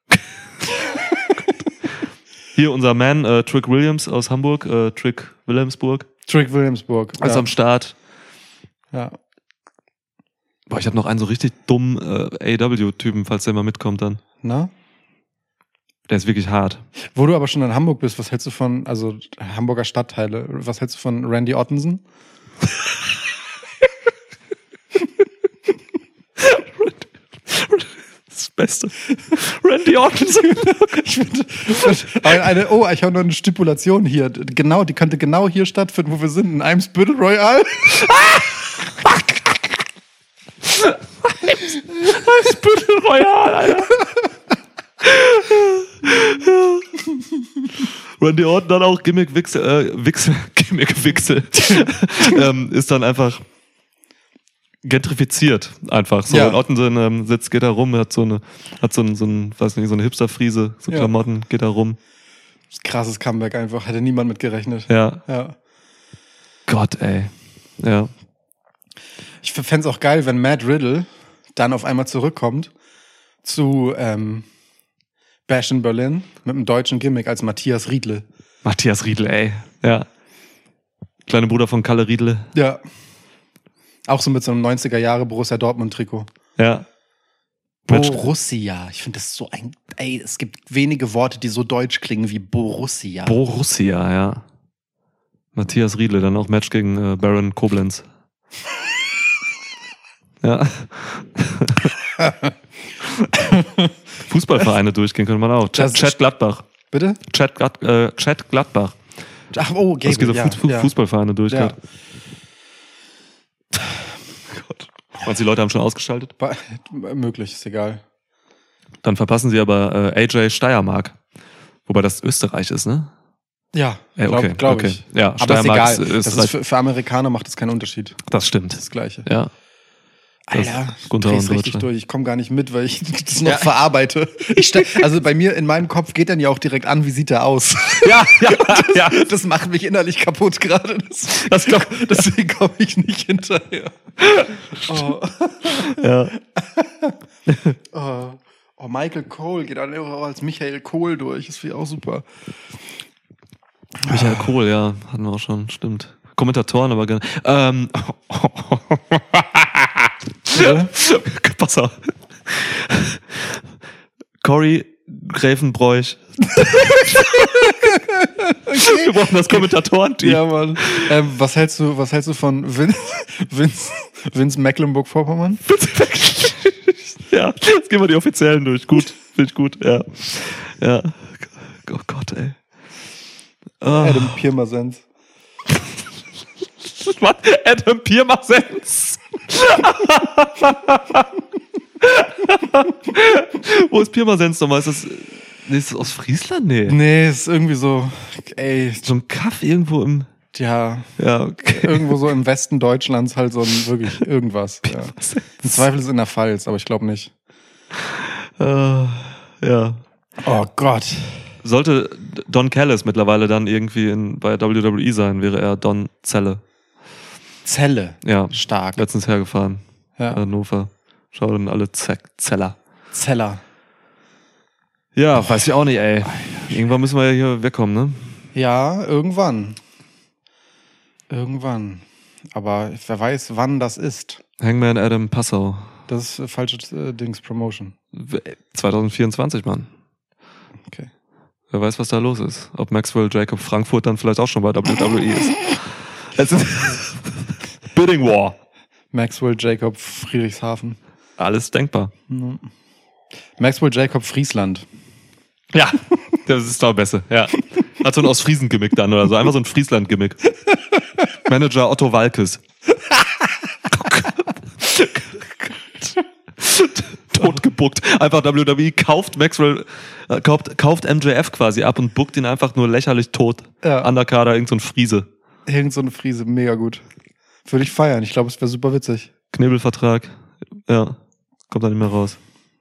Hier unser Man, äh, Trick Williams aus Hamburg, äh, Trick Wilhelmsburg, Trick Williamsburg. ist Ja. am Start. ja. Boah, ich habe noch einen so richtig dummen äh, A E W-Typen, falls der mal mitkommt dann. Na? Der ist wirklich hart. Wo du aber schon in Hamburg bist, was hältst du von, also Hamburger Stadtteile, was hältst du von Randy Ottensen? Das Beste. Randy Orton. Ich finde, eine, eine, oh, ich habe noch eine Stipulation hier. Genau, die könnte genau hier stattfinden, wo wir sind, in Eimsbüttel Royal. Eimsbüttel Royal, Alter. Randy Orton dann auch Gimmick-Wechsel, äh, Wechsel, Gimmick-Wechsel, ähm, ist dann einfach gentrifiziert, einfach. So, Ja. und Orton ähm, sitzt, geht da rum, hat so eine, hat so ein, so ein, weiß nicht, so eine Hipster-Friese, so Ja. Klamotten, geht da rum. Krasses Comeback einfach, hätte niemand mit gerechnet. Ja. Ja. Gott, ey. Ja. Ich fände es auch geil, wenn Matt Riddle dann auf einmal zurückkommt zu ähm, Bash in Berlin mit einem deutschen Gimmick als Matthias Riedle. Matthias Riedle, ey. Ja. Kleine Bruder von Kalle Riedle. Ja. Auch so mit so einem neunziger Jahre Borussia Dortmund Trikot. Ja. Match- Borussia. Ich finde das so ein, ey, es gibt wenige Worte, die so deutsch klingen wie Borussia. Borussia, ja. Matthias Riedle, dann auch Match gegen äh, Baron Koblenz. Ja. Fußballvereine durchgehen könnte man auch. Das- Chat, Chat Gladbach. Bitte? Chat, Glad, äh, Chat Gladbach. Ach, oh, Das geht so Gable, Fu- ja, ja. Fußballvereine durchgehen. Ja. Gott. Und die Leute haben schon ausgeschaltet. Ba- Möglich, ist egal. Dann verpassen sie aber äh, A J Steiermark. Wobei das Österreich ist, ne? Ja, Äh, glaube okay, glaub okay. ich. Ja, Aber ist Steiermark egal. ist das ist Österreich. für, für Amerikaner macht das keinen Unterschied. Das stimmt. Das Gleiche. Ja. Das Alter, ist Gunther dreh's und richtig Deutschland. durch. Ich komme gar nicht mit, weil ich das noch Ja. verarbeite. Ich stell, also bei mir in meinem Kopf geht dann ja auch direkt an, wie sieht er aus. Ja, ja, ja. Das macht mich innerlich kaputt gerade. Das, Das glaub, deswegen komme ich nicht hinterher. Oh. ja. Oh. Oh, Michael Cole geht dann auch als Michael Kohl durch. Das finde ich auch super. Michael Kohl, ja, hatten wir auch schon, stimmt. Kommentatoren, aber gerne. Ähm, Ja? pass auf. Cory Gräfenbräuch. Wir brauchen das Kommentatorenteam. Ja, Mann. Ähm, was hältst du, was hältst du von Vince, Vince, Vince Mecklenburg-Vorpommern? Ja, jetzt gehen wir die Offiziellen durch. Gut, finde ich gut, ja. Ja. Oh Gott, ey. Oh. Adam Pirmasens. Was? Adam Pirmasens. Wo ist Pirmasens nochmal? Ist das, nee, ist das aus Friesland? Nee. Nee, ist irgendwie so, ey, So ein Kaff irgendwo im... Ja, Ja, okay. irgendwo so im Westen Deutschlands halt so ein wirklich irgendwas. Ja. Im Zweifel ist es in der Pfalz, aber ich glaube nicht. Äh, ja. Oh Gott. Sollte Don Callis mittlerweile dann irgendwie in, bei W W E sein, wäre er Don Zelle. Zelle. Ja, Stark. letztens hergefahren. Ja. Hannover. Schau dann alle Ze- Zeller. Zeller. Ja, weiß ich auch nicht, ey. Irgendwann müssen wir ja hier wegkommen, ne? Ja, irgendwann. Irgendwann. Aber wer weiß, wann das ist. Hangman Adam Passau. Das ist äh, falsche äh, Dings Promotion. zwanzig vierundzwanzig, Mann. Okay. Wer weiß, was da los ist. Ob Maxwell Jacob Frankfurt dann vielleicht auch schon bei W W E ist. Es ist Bidding War. Maxwell Jacob Friedrichshafen. Alles denkbar. Mhm. Maxwell Jacob Friesland. Ja, das ist doch besser. Ja. Hat so ein Ostfriesen-Gimmick dann oder so. Einfach so ein Friesland-Gimmick. Manager Otto Walkes. Totgebuckt. Einfach W W E kauft Maxwell, äh, kauft, kauft M J F quasi ab und buckt ihn einfach nur lächerlich tot. Ja. Underkader, irgend so ein Friese. Irgend so eine Friese, mega gut. Würde ich feiern. Ich glaube, es wäre super witzig. Knebelvertrag. Ja. Kommt dann nicht mehr raus.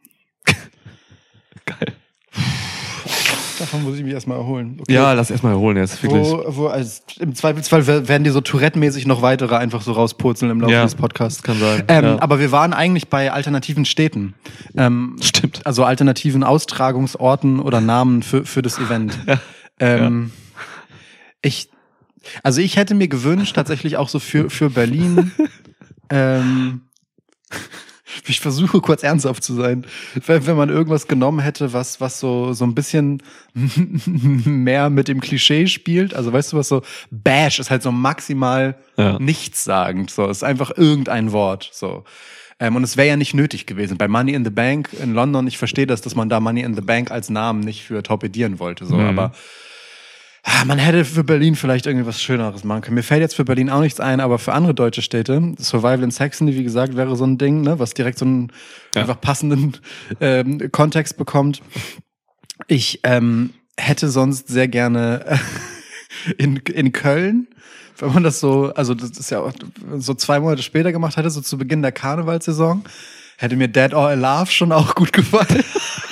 Geil. Davon muss ich mich erstmal erholen. Okay. Ja, lass erstmal erholen jetzt, wirklich. Wo, wo, also im Zweifelsfall werden dir so Tourette-mäßig noch weitere einfach so rauspurzeln im Laufe Ja, des Podcasts. kann sein. Ähm, Ja. Aber wir waren eigentlich bei alternativen Städten. Ähm, Stimmt. Also alternativen Austragungsorten oder Namen für, für das Event. Ja. Ähm, ich, also ich hätte mir gewünscht, tatsächlich auch so für, für Berlin, ähm, ich versuche kurz ernsthaft zu sein, wenn, wenn man irgendwas genommen hätte, was, was so, so ein bisschen mehr mit dem Klischee spielt. Also weißt du was, so Bash ist halt so maximal Ja. nichtssagend. So, ist einfach irgendein Wort. So. Ähm, und es wäre ja nicht nötig gewesen. Bei Money in the Bank in London, ich verstehe das, dass man da Money in the Bank als Namen nicht für torpedieren wollte. So, Mhm. aber ah, man hätte für Berlin vielleicht irgendwie was Schöneres machen können. Mir fällt jetzt für Berlin auch nichts ein, aber für andere deutsche Städte, Survival in Saxony, wie gesagt, wäre so ein Ding, ne, was direkt so einen Ja. einfach passenden ähm, Kontext bekommt. Ich ähm, hätte sonst sehr gerne äh, in, in Köln, wenn man das so, also das ist ja auch so zwei Monate später gemacht hätte, so zu Beginn der Karnevalssaison, hätte mir Dead or Alive schon auch gut gefallen.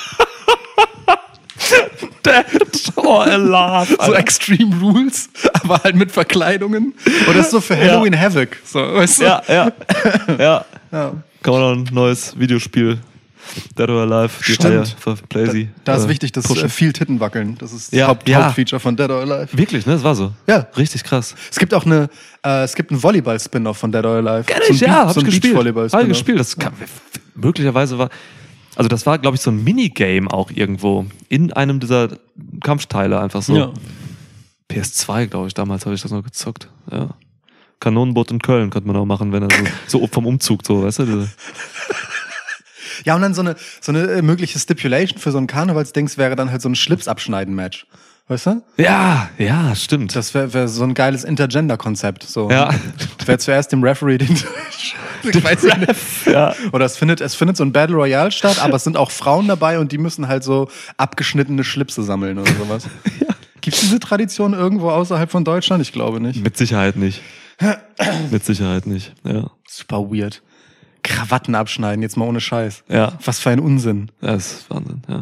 Dead or Alive. So Extreme Rules, aber halt mit Verkleidungen. Und das ist so für Halloween Ja. Havoc. So, weißt du? Ja, ja. Ja. Ja. Kann man noch ein neues Videospiel. Dead or Alive, die Stimmt. Reihe für Playsee. Da ist äh, wichtig, dass pushen. äh, viel Titten wackeln. Das ist das Ja, Haupt ja. Hauptfeature von Dead or Alive. Wirklich, ne? Das war so. Ja. Richtig krass. Es gibt auch eine, äh, es gibt einen Volleyball-Spin-Off von Dead or Alive. Kenn So ein ich, ja, Beach- hab so ein ich gespielt. Hab ich Beachvolleyball-Spin-off. gespielt. Das kann, möglicherweise war, also das war, glaube ich, so ein Minigame auch irgendwo in einem dieser Kampfteile einfach so. Ja. P S zwei, glaube ich, damals habe ich das noch gezockt. Ja. Kanonenboot in Köln könnte man auch machen, wenn er so, so vom Umzug so, weißt du? Diese, Ja, und dann so eine, so eine äh, mögliche Stipulation für so ein Karnevalsdings wäre dann halt so ein Schlips-Abschneiden-Match. Weißt du? ja, ja, stimmt. Das wäre wär so ein geiles Intergender-Konzept. So. Ja. Wer zuerst dem Referee den. Ich weiß nicht. Ja. Oder es findet, es findet so ein Battle Royale statt, aber es sind auch Frauen dabei und die müssen halt so abgeschnittene Schlipse sammeln oder sowas. Ja. Gibt es diese Tradition irgendwo außerhalb von Deutschland? Ich glaube nicht. Mit Sicherheit nicht. Mit Sicherheit nicht, ja. Super weird. Krawatten abschneiden, jetzt mal ohne Scheiß. Ja. Was für ein Unsinn. Das ist Wahnsinn, ja.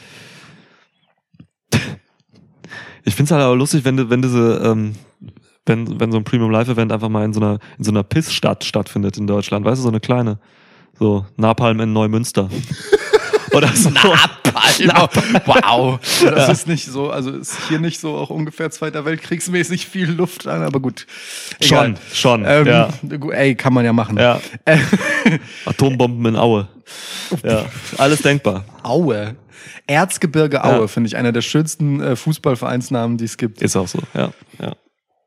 Ich find's halt aber lustig, wenn, du- wenn diese, ähm, wenn, wenn so ein Premium Live Event einfach mal in so einer, in so einer Pissstadt stattfindet in Deutschland. Weißt du, so eine kleine. So, Napalm in Neumünster. Oder so. Napalm. Wow. Das ist nicht so, also ist hier nicht so auch ungefähr Zweiter Weltkriegsmäßig viel Luft an, aber gut. Egal. Schon, schon, Ähm, ja. Ey, kann man ja machen. Ja. Äh, Atombomben in Aue. Ja. Alles denkbar. Aue. Erzgebirge Aue, Ja. finde ich einer der schönsten äh, Fußballvereinsnamen, die es gibt. Ist auch so, ja. ja.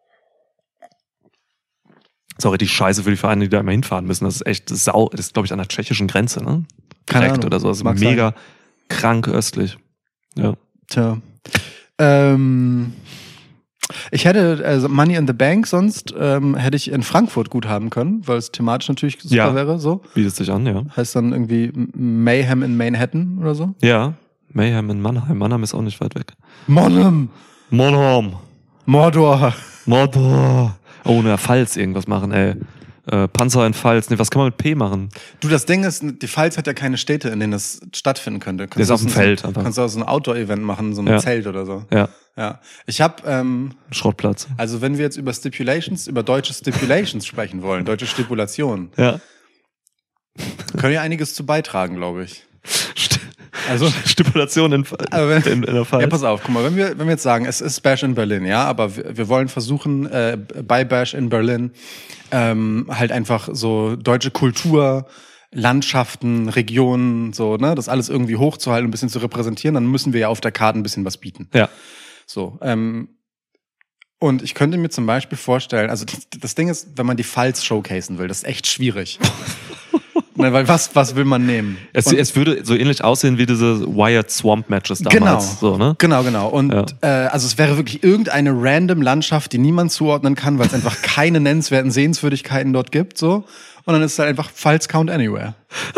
Sorry, die Scheiße für die Vereine, die da immer hinfahren müssen. Das ist echt sau. Das ist, glaube ich, an der tschechischen Grenze, ne? Keine Direkt Ahnung. oder so. Das ist Mag mega krank östlich. Ja. Tja. Ähm, ich hätte, also Money in the Bank sonst, ähm, hätte ich in Frankfurt gut haben können, weil es thematisch natürlich super Ja. wäre, so. Bietet sich an, ja. Heißt dann irgendwie Mayhem in Manhattan oder so. Ja. Mayhem in Mannheim. Mannheim ist auch nicht weit weg. Monhem! Monheim. Mordor! Mordor. Oh, ne, Pfalz irgendwas machen, ey. Äh, Panzer in Pfalz. Ne, was kann man mit P machen? Du, das Ding ist, die Pfalz hat ja keine Städte, in denen das stattfinden könnte. Der ist auf dem Feld einfach. Kannst du auch so ein Outdoor-Event machen, so ein Ja. Zelt oder so. Ja, Ja. Ich hab, ähm, Schrottplatz. also wenn wir jetzt über Stipulations, über deutsche Stipulations sprechen wollen, deutsche Stipulationen, Ja. können wir einiges zu beitragen, glaube ich. St- Also, Stipulation in, Aber wenn- in, in der Pfalz. ja, pass auf, guck mal, wenn wir, wenn wir jetzt sagen, es ist Bash in Berlin, ja, aber wir, wir wollen versuchen, äh, bei Bash in Berlin ähm, halt einfach so deutsche Kultur, Landschaften, Regionen, so, ne, das alles irgendwie hochzuhalten, ein bisschen zu repräsentieren, dann müssen wir ja auf der Karte ein bisschen was bieten. Ja. So, ähm, und ich könnte mir zum Beispiel vorstellen, also das, das Ding ist, wenn man die Pfalz showcasen will, das ist echt schwierig. Ne, weil was, was will man nehmen? Es, Und- es würde so ähnlich aussehen wie diese Wired Swamp Matches damals. Genau, So, ne? genau, genau. Und Ja. äh, also es wäre wirklich irgendeine random Landschaft, die niemand zuordnen kann, weil es einfach keine nennenswerten Sehenswürdigkeiten dort gibt. So. Und dann ist es halt einfach Pfalz Count Anywhere.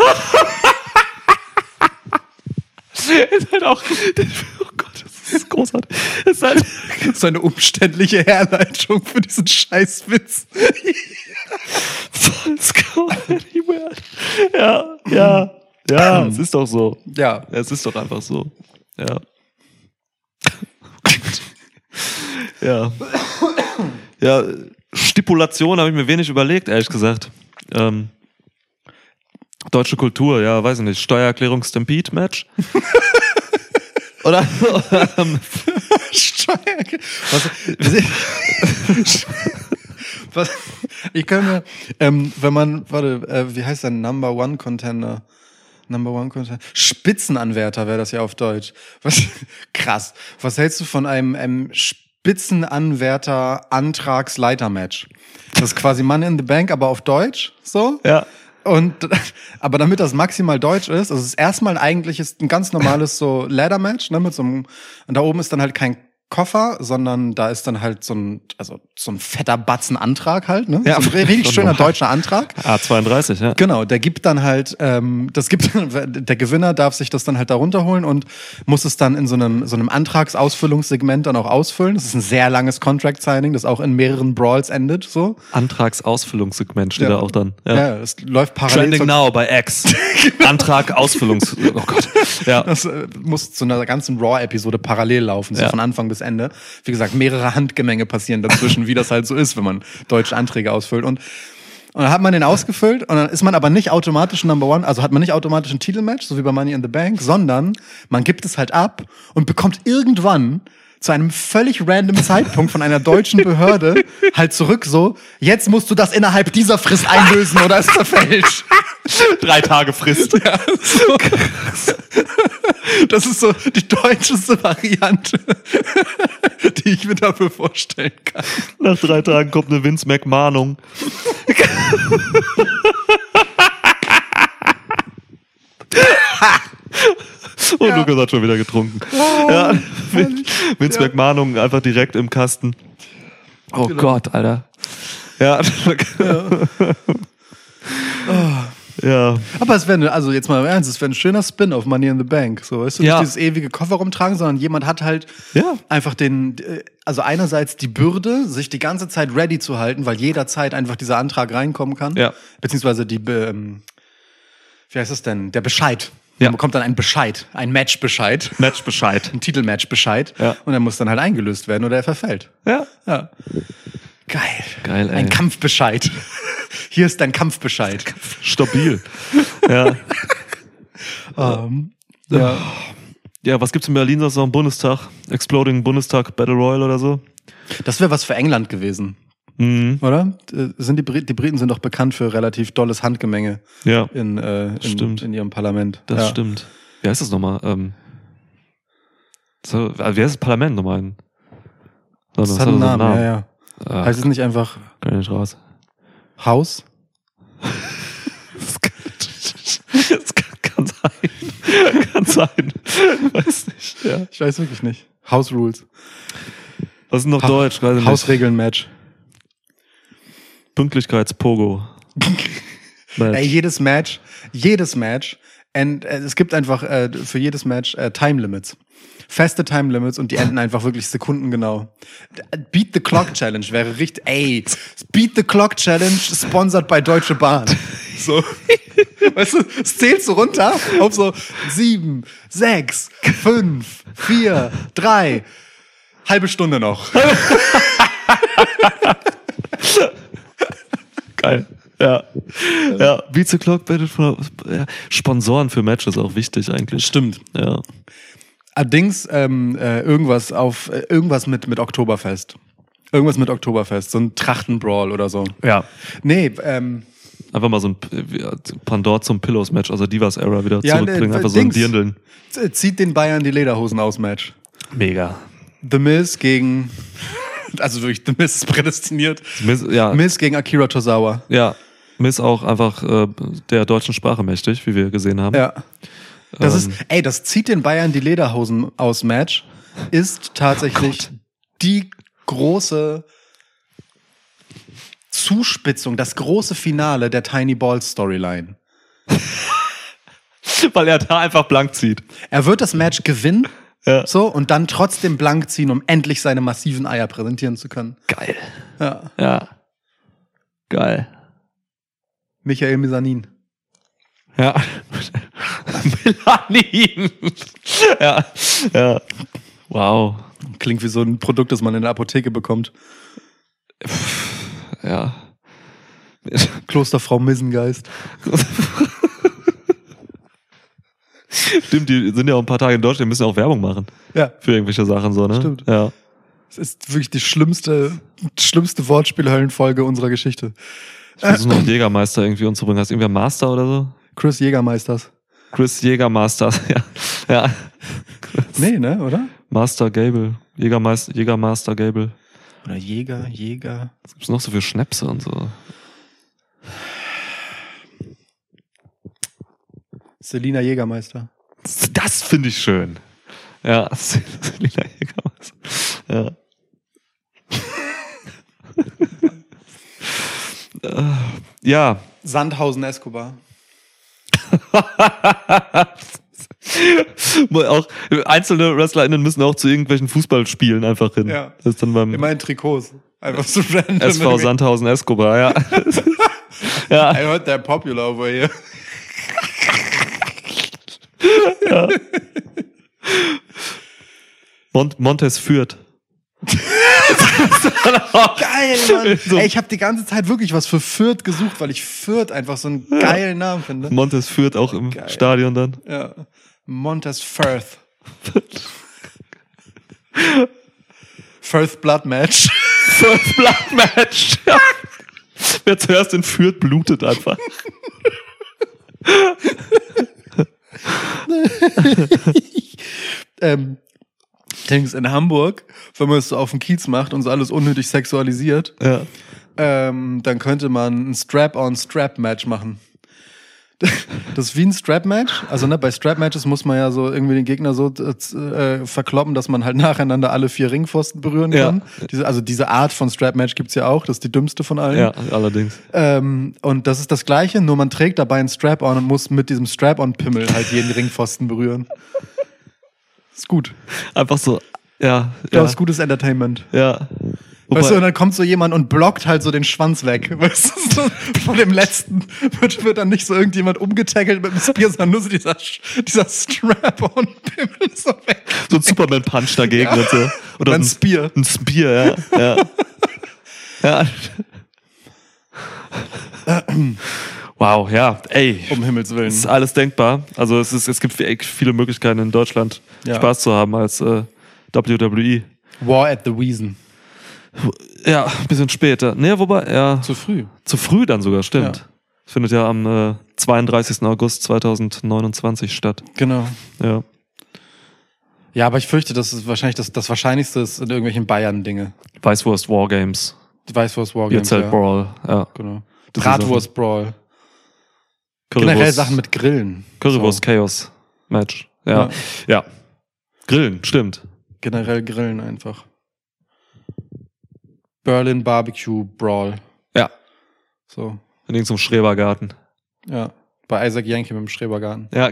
Ist halt auch. Oh Gott, das ist großartig. Ist halt. So eine umständliche Herleitung für diesen Scheißwitz. Pfalz Count Anywhere. Ja, ja, ja, es ist doch so. Ja. Ja, es ist doch einfach so. Ja. Ja. Ja, Stipulation habe ich mir wenig überlegt, ehrlich gesagt. Ähm, deutsche Kultur, ja, weiß ich nicht. Steuererklärung Stampede-Match? Oder? ähm, Steuer. Was, was, ich kann mir, ähm, wenn man, warte, äh, wie heißt der Number One Contender? Number One Contender. Spitzenanwärter wäre das ja auf Deutsch. Was, krass. Was hältst du von einem, einem Spitzenanwärter-Antragsleiter-Match? Das ist quasi Money in the Bank, aber auf Deutsch, so? ja. Und, aber damit das maximal deutsch ist, also es ist erstmal eigentlich ist ein ganz normales so Ladder-Match, ne, mit so einem, und da oben ist dann halt kein Koffer, sondern da ist dann halt so ein, also so ein fetter Batzen Antrag halt, ne? Ja. So ein richtig schöner deutscher Antrag. A zweiunddreißig, ja. Genau, der gibt dann halt, ähm, das gibt, der Gewinner darf sich das dann halt da runterholen und muss es dann in so einem, so einem Antragsausfüllungssegment dann auch ausfüllen. Das ist ein sehr langes Contract-Signing, das auch in mehreren Brawls endet, so. Antragsausfüllungssegment steht Ja. da auch dann. Ja, Ja. es läuft parallel. Trending zur- now bei X. Antrag Ausfüllungs... Oh Gott. Ja. Das äh, muss zu einer ganzen Raw-Episode parallel laufen, so Ja. von Anfang bis Ende. Wie gesagt, mehrere Handgemenge passieren dazwischen, wie das halt so ist, wenn man deutsche Anträge ausfüllt. Und, und dann hat man den ausgefüllt und dann ist man aber nicht automatisch Number One, also hat man nicht automatisch ein Titelmatch, so wie bei Money in the Bank, sondern man gibt es halt ab und bekommt irgendwann zu einem völlig random Zeitpunkt von einer deutschen Behörde halt zurück so, jetzt musst du das innerhalb dieser Frist einlösen oder es zerfällt. Drei Tage Frist. Ja, so. Das ist so die deutscheste Variante, die ich mir dafür vorstellen kann. Nach drei Tagen kommt eine Vince McMahon. Und Ja. Lukas hat schon wieder getrunken. ja, Vince Ja. McMahon einfach direkt im Kasten. Oh Genau. Gott, Alter. Ja. Ja. Aber es wäre, also jetzt mal im Ernst, es wäre ein schöner Spin auf Money in the Bank. So, weißt du, Ja. nicht dieses ewige Koffer rumtragen, sondern jemand hat halt Ja. einfach den, äh, also einerseits die Bürde, sich die ganze Zeit ready zu halten, weil jederzeit einfach dieser Antrag reinkommen kann. Ja. Beziehungsweise die, Be- ähm, wie heißt das denn? Der Bescheid. Ja. Man bekommt dann einen Bescheid, ein Matchbescheid, Matchbescheid. ein Titelmatchbescheid. Ja. Und der muss dann halt eingelöst werden oder er verfällt. Ja. Ja. Geil. Geil, ey. Ein Kampfbescheid. Hier ist dein Kampfbescheid. Stabil. ja. Ähm, ja. Ja, was gibt's in Berlin sonst noch im Bundestag? Exploding Bundestag Battle Royale oder so? Das wäre was für England gewesen, Mhm. oder? Äh, Sind die, Brit die Briten sind doch bekannt für relativ dolles Handgemenge Ja, in, äh, in, Stimmt. in ihrem Parlament. das ja. stimmt. Wie heißt das nochmal? Ähm, so, wie heißt das Parlament nochmal? in- Das So, hat einen Namen, ja, ja. Ah, Heißt es nicht einfach kann ich nicht raus. Haus? Das kann, das kann, kann sein. Kann sein. Weiß nicht. Ja. Ich weiß wirklich nicht. House Rules. Was ist noch Ha- Deutsch? Weiß ich nicht. Hausregeln-Match. Pünktlichkeits-Pogo. Ey, jedes Match, jedes Match And, äh, es gibt einfach äh, für jedes Match äh, Time Limits. Feste Time Limits und die enden einfach wirklich sekundengenau. Beat the Clock Challenge wäre richtig, ey, Beat the Clock Challenge sponsored bei Deutsche Bahn. So. Weißt du, es zählt so runter auf so sieben, sechs, fünf, vier, drei, halbe Stunde noch. Geil. Ja. Ja. Beat the Clock Battle von ja. Sponsoren für Matches auch wichtig eigentlich. Stimmt. Ja. Allerdings ähm, äh, irgendwas auf äh, irgendwas mit mit Oktoberfest. Irgendwas mit Oktoberfest, so ein Trachtenbrawl oder so. Ja. Nee, ähm Einfach mal so ein Pandor zum Pillows-Match, also Divas-Era wieder ja, zurückbringen. äh, Einfach so ein Dings. Dirndeln. Zieht den Bayern die Lederhosen aus Match. Mega. The Miz gegen also durch The Miz ist prädestiniert. Miz, ja. Miz gegen Akira Tozawa. Ja. Miz auch einfach äh, der deutschen Sprache mächtig, wie wir gesehen haben. Ja. Das Ähm. ist, ey, das zieht den Bayern die Lederhosen aus Match, ist tatsächlich Oh die große Zuspitzung, das große Finale der Tiny Balls Storyline. Weil er da einfach blank zieht. Er wird das Match gewinnen, Ja. so, und dann trotzdem blank ziehen, um endlich seine massiven Eier präsentieren zu können. Geil. Ja. Ja. Geil. Michael Misanin. Ja. Melanin. Ja. Ja. Wow. Klingt wie so ein Produkt, das man in der Apotheke bekommt. Ja. Klosterfrau Missengeist. Stimmt, die sind ja auch ein paar Tage in Deutschland, die müssen ja auch Werbung machen. Ja. Für irgendwelche Sachen so, ne? Stimmt. Ja. Es ist wirklich die schlimmste, schlimmste Wortspielhöllenfolge unserer Geschichte. Ich versuche noch einen Jägermeister irgendwie umzubringen. Hast du irgendwer Master oder so? Chris Jägermeisters. Chris Jägermaster, ja. Ja. Nee, ne, oder? Master Gable. Jägermeister, Jägermaster Gable. Oder Jäger, Jäger. Was gibt's noch so für Schnäpse und so? Selina Jägermeister. Das finde ich schön. Ja, Selina Jägermeister. Ja. Äh, ja. Sandhausen Escobar. Auch einzelne WrestlerInnen müssen auch zu irgendwelchen Fußballspielen einfach hin. Ja. Das ist dann beim Immer in Trikots. Einfach so random. S V Sandhausen Escobar, ja. Ja. I heard they're popular over here. Ja. Mont Montes führt. Geil, Mann. So. Ey, ich habe die ganze Zeit wirklich was für Fürth gesucht, weil ich Fürth einfach so einen geilen Namen finde. Montes führt auch im Geil. Stadion dann. Ja. Montes Firth. Firth Blood Match. First Blood Match. Ja. Wer zuerst in Fürth blutet einfach. ähm, Dings in Hamburg, wenn man es so auf dem Kiez macht und so alles unnötig sexualisiert, Ja. ähm, dann könnte man ein Strap-on-Strap-Match machen. Das ist wie ein Strap-Match. Also ne, bei Strap-Matches muss man ja so irgendwie den Gegner so äh, verkloppen, dass man halt nacheinander alle vier Ringpfosten berühren Ja. kann. Diese, also diese Art von Strap-Match gibt's ja auch. Das ist die dümmste von allen. Ja, allerdings. Ähm, und das ist das Gleiche, nur man trägt dabei ein Strap-on und muss mit diesem Strap-on-Pimmel halt jeden Ringpfosten berühren. Ist gut. Einfach so, ja. Ja. Ja. Das ist gutes Entertainment. Ja. Weißt du, und Wobei, dann kommt so jemand und blockt halt so den Schwanz weg. Weißt du, so von dem letzten wird, wird dann nicht so irgendjemand umgetackelt mit dem Spear, sondern nur so dieser, dieser Strap-on-Pimmel so weg. so ein Superman-Punch dagegen Ja. und so. Oder Dann ein Spear. Ein Spear, ja. Ja. ja. Wow, ja, ey. Um Himmels Willen. Es ist alles denkbar. Also es, ist, es gibt viele Möglichkeiten in Deutschland Ja. Spaß zu haben als äh, W W E. War at the Wiesen. Ja, ein bisschen später. Nee, wobei, ja. Zu früh. Zu früh dann sogar, stimmt. Ja. Es findet ja am äh, zweiunddreißigsten August zweitausendneunundzwanzig statt. Genau. Ja. Ja, aber ich fürchte, das ist wahrscheinlich das, das Wahrscheinlichste ist in irgendwelchen Bayern-Dinge. Weißwurst Wargames. Die Weißwurst Wargames. Bierzelt Ja. Brawl. Ja. Genau. Das Bratwurst Brawl. Currywurst, Generell Sachen mit Grillen. Currywurst So. Chaos Match. Ja. Ja. Ja. Grillen, stimmt. Generell Grillen einfach. Berlin Barbecue Brawl. Ja. So. In irgendeinem Schrebergarten. Ja. bei Isaac Yankee mit dem Schrebergarten. Ja,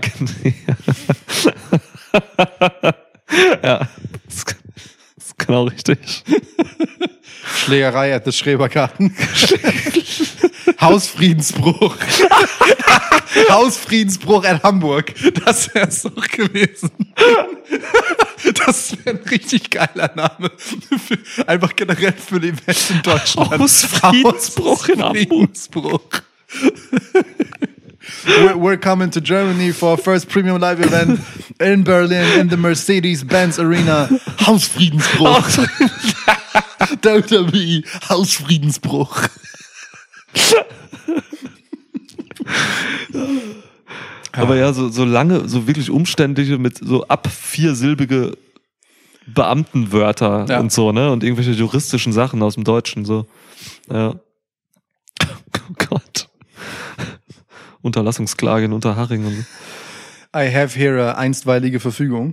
ja, das ist, das ist genau richtig. Schlägerei at the Schrebergarten. Hausfriedensbruch. Hausfriedensbruch at Hamburg. Das wäre es doch gewesen. Das wäre ein richtig geiler Name. Für, einfach generell für die Welt in Deutschland. Hausfriedensbruch in Hamburg. Hausfriedensbruch. We're, we're coming to Germany for our first premium live event in Berlin in the Mercedes-Benz Arena. Hausfriedensbruch. W W E Hausfriedensbruch. Aber ja, so, so lange, so wirklich umständliche, mit so ab viersilbige Beamtenwörter ja. und so, ne? Und irgendwelche juristischen Sachen aus dem Deutschen, so. Ja. Oh Gott. Unterlassungsklage in Unterhaching und so. I have here a einstweilige Verfügung.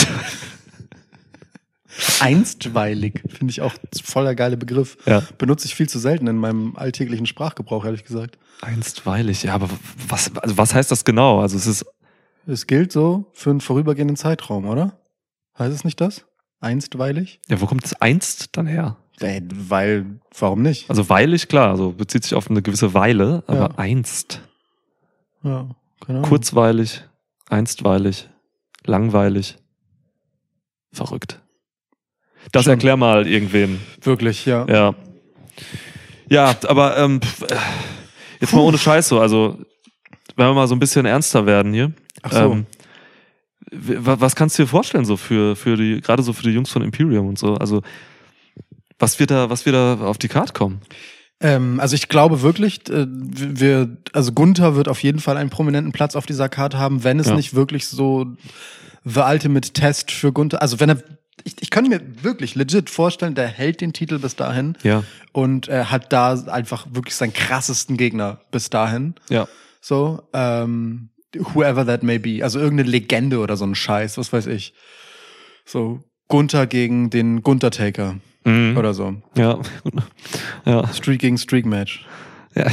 Einstweilig, finde ich auch voll der geile Begriff. Ja. Benutze ich viel zu selten in meinem alltäglichen Sprachgebrauch, ehrlich gesagt. Einstweilig, ja, aber was, also was heißt das genau? Also es ist. Es gilt so für einen vorübergehenden Zeitraum, oder? Heißt es nicht das? Einstweilig? Ja, wo kommt das einst dann her? Äh, weil, warum nicht? Also weilig, klar, also bezieht sich auf eine gewisse Weile, aber Ja. einst. Ja, keine Ahnung. Kurzweilig, einstweilig, langweilig. Verrückt. Das Schon. erklär mal irgendwen. Wirklich, ja. Ja. Ja, aber ähm, jetzt mal ohne Scheiß so, also wenn wir mal so ein bisschen ernster werden hier. Ach so. Ähm, w- was kannst du dir vorstellen so für für die gerade so für die Jungs von Imperium und so? Also was wird da was wird da auf die Karte kommen? Ähm, also ich glaube wirklich, äh, wir, also Gunther wird auf jeden Fall einen prominenten Platz auf dieser Karte haben, wenn es Ja. nicht wirklich so the ultimate Test für Gunther, also wenn er, ich, ich könnte mir wirklich legit vorstellen, der hält den Titel bis dahin Ja. und äh, hat da einfach wirklich seinen krassesten Gegner bis dahin. Ja. So, ähm, whoever that may be, also irgendeine Legende oder so ein Scheiß, was weiß ich. So, Gunther gegen den Guntertaker Mhm. oder so. Ja. Ja. Streak gegen Streak Match. Ja.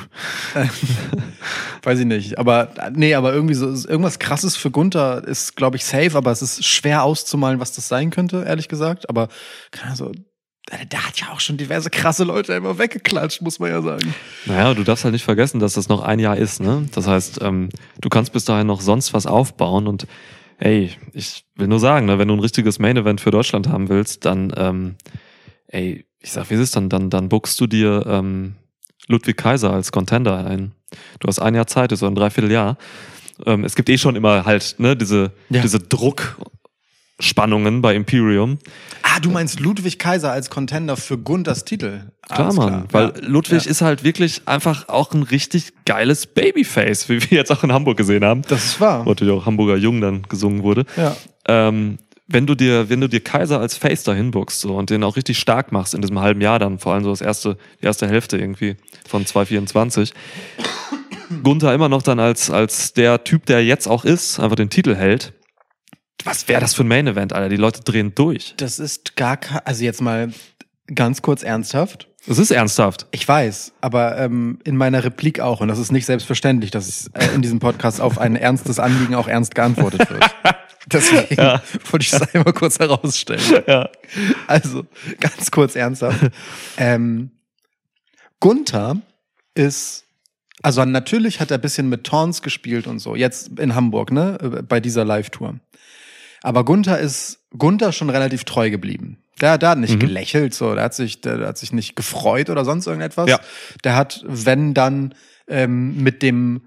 Weiß ich nicht, aber nee, aber irgendwie so irgendwas Krasses für Gunther ist, glaube ich, safe, aber es ist schwer auszumalen, was das sein könnte, ehrlich gesagt. Aber keine Ahnung, so, der hat ja auch schon diverse krasse Leute immer weggeklatscht, muss man ja sagen. Naja, du darfst halt nicht vergessen, dass das noch ein Jahr ist, ne? Das heißt, ähm, du kannst bis dahin noch sonst was aufbauen und ey, ich will nur sagen, ne, wenn du ein richtiges Main-Event für Deutschland haben willst, dann, ähm, ey, ich sag, wie ist es dann, dann, dann buckst du dir ähm, Ludwig Kaiser als Contender ein. Du hast ein Jahr Zeit, so ein Dreivierteljahr. Ähm, es gibt eh schon immer halt, ne, diese, Ja. diese Druckspannungen bei Imperium. Ah, du meinst Ludwig Kaiser als Contender für Gunthers Titel? Klar, Alles Mann, weil Ja. Ludwig Ja. ist halt wirklich einfach auch ein richtig geiles Babyface, wie wir jetzt auch in Hamburg gesehen haben. Das ist wahr. Wo natürlich auch Hamburger Jung dann gesungen wurde. Ja. Ähm, wenn du dir, wenn du dir Kaiser als Face dahin bookst so, und den auch richtig stark machst in diesem halben Jahr dann, vor allem so das erste, die erste Hälfte irgendwie von zwanzig vierundzwanzig, Gunther immer noch dann als, als der Typ, der jetzt auch ist, einfach den Titel hält. Was wäre das für ein Main-Event, Alter? Die Leute drehen durch. Das ist gar kein, also jetzt mal ganz kurz ernsthaft. Das ist ernsthaft. Ich weiß, aber ähm, in meiner Replik auch, und das ist nicht selbstverständlich, dass es, äh, in diesem Podcast auf ein ernstes Anliegen auch ernst geantwortet wird. Deswegen Ja. wollte ich es einmal kurz herausstellen. Ja. Also, ganz kurz ernsthaft. Ähm, Gunther ist, also natürlich hat er ein bisschen mit Taunts gespielt und so, jetzt in Hamburg, ne, bei dieser Live-Tour. Aber Gunther ist Gunther schon relativ treu geblieben. Der, der hat nicht Mhm. gelächelt, so, der hat sich, der, der hat sich nicht gefreut oder sonst irgendetwas. Ja. Der hat, wenn dann, ähm, mit dem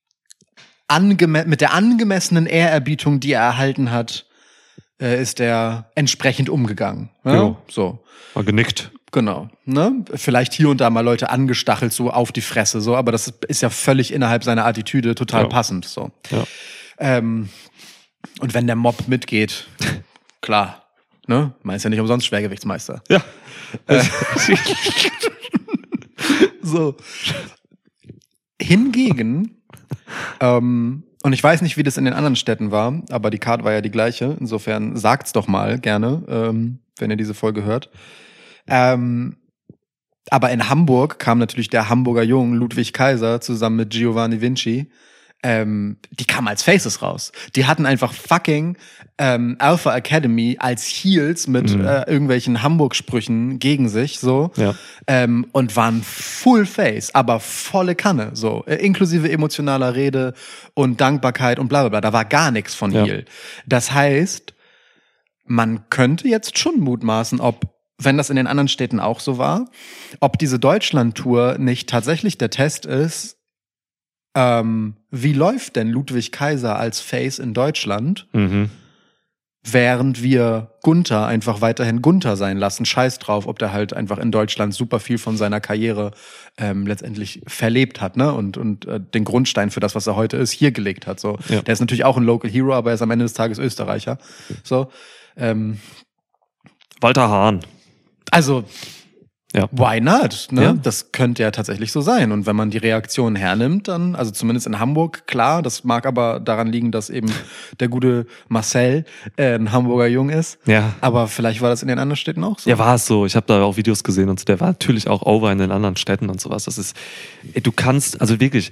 angeme- mit der angemessenen Ehrerbietung, die er erhalten hat, äh, ist er entsprechend umgegangen. Ja? Jo. So. Mal genickt. Genau, ne? Vielleicht hier und da mal Leute angestachelt, so auf die Fresse, so, aber das ist ja völlig innerhalb seiner Attitüde total Ja. passend, so. Ja. Ähm, und wenn der Mob mitgeht, klar, ne? Man ist ja nicht umsonst Schwergewichtsmeister. Ja. So. Hingegen, ähm, und ich weiß nicht, wie das in den anderen Städten war, aber die Card war ja die gleiche. Insofern sagt's doch mal gerne, ähm, wenn ihr diese Folge hört. Ähm, aber in Hamburg kam natürlich der Hamburger Jung Ludwig Kaiser zusammen mit Giovanni Vinci ähm, die kamen als Faces raus. Die hatten einfach fucking ähm, Alpha Academy als Heels mit Mhm. äh, irgendwelchen Hamburg-Sprüchen gegen sich so Ja. ähm, und waren Full Face, aber volle Kanne so, äh, inklusive emotionaler Rede und Dankbarkeit und bla bla bla. Da war gar nichts von Ja. Heel. Das heißt, man könnte jetzt schon mutmaßen, ob, wenn das in den anderen Städten auch so war, ob diese Deutschland-Tour nicht tatsächlich der Test ist, ähm, wie läuft denn Ludwig Kaiser als Face in Deutschland, Mhm. während wir Gunther einfach weiterhin Gunther sein lassen. Scheiß drauf, ob der halt einfach in Deutschland super viel von seiner Karriere ähm, letztendlich verlebt hat, ne? Und, und äh, den Grundstein für das, was er heute ist, hier gelegt hat. So. Ja. Der ist natürlich auch ein Local Hero, aber er ist am Ende des Tages Österreicher. So. Ähm, Walter Hahn. also, Ja. why not? Ne? Ja. Das könnte ja tatsächlich so sein. Und wenn man die Reaktion hernimmt, dann, also zumindest in Hamburg, klar, das mag aber daran liegen, dass eben der gute Marcel äh, ein Hamburger Jung ist. Ja. Aber vielleicht war das in den anderen Städten auch so. Ja, war es so. Ich habe da auch Videos gesehen und so. Der war natürlich auch over in den anderen Städten und sowas. Das ist, ey, du kannst, also wirklich,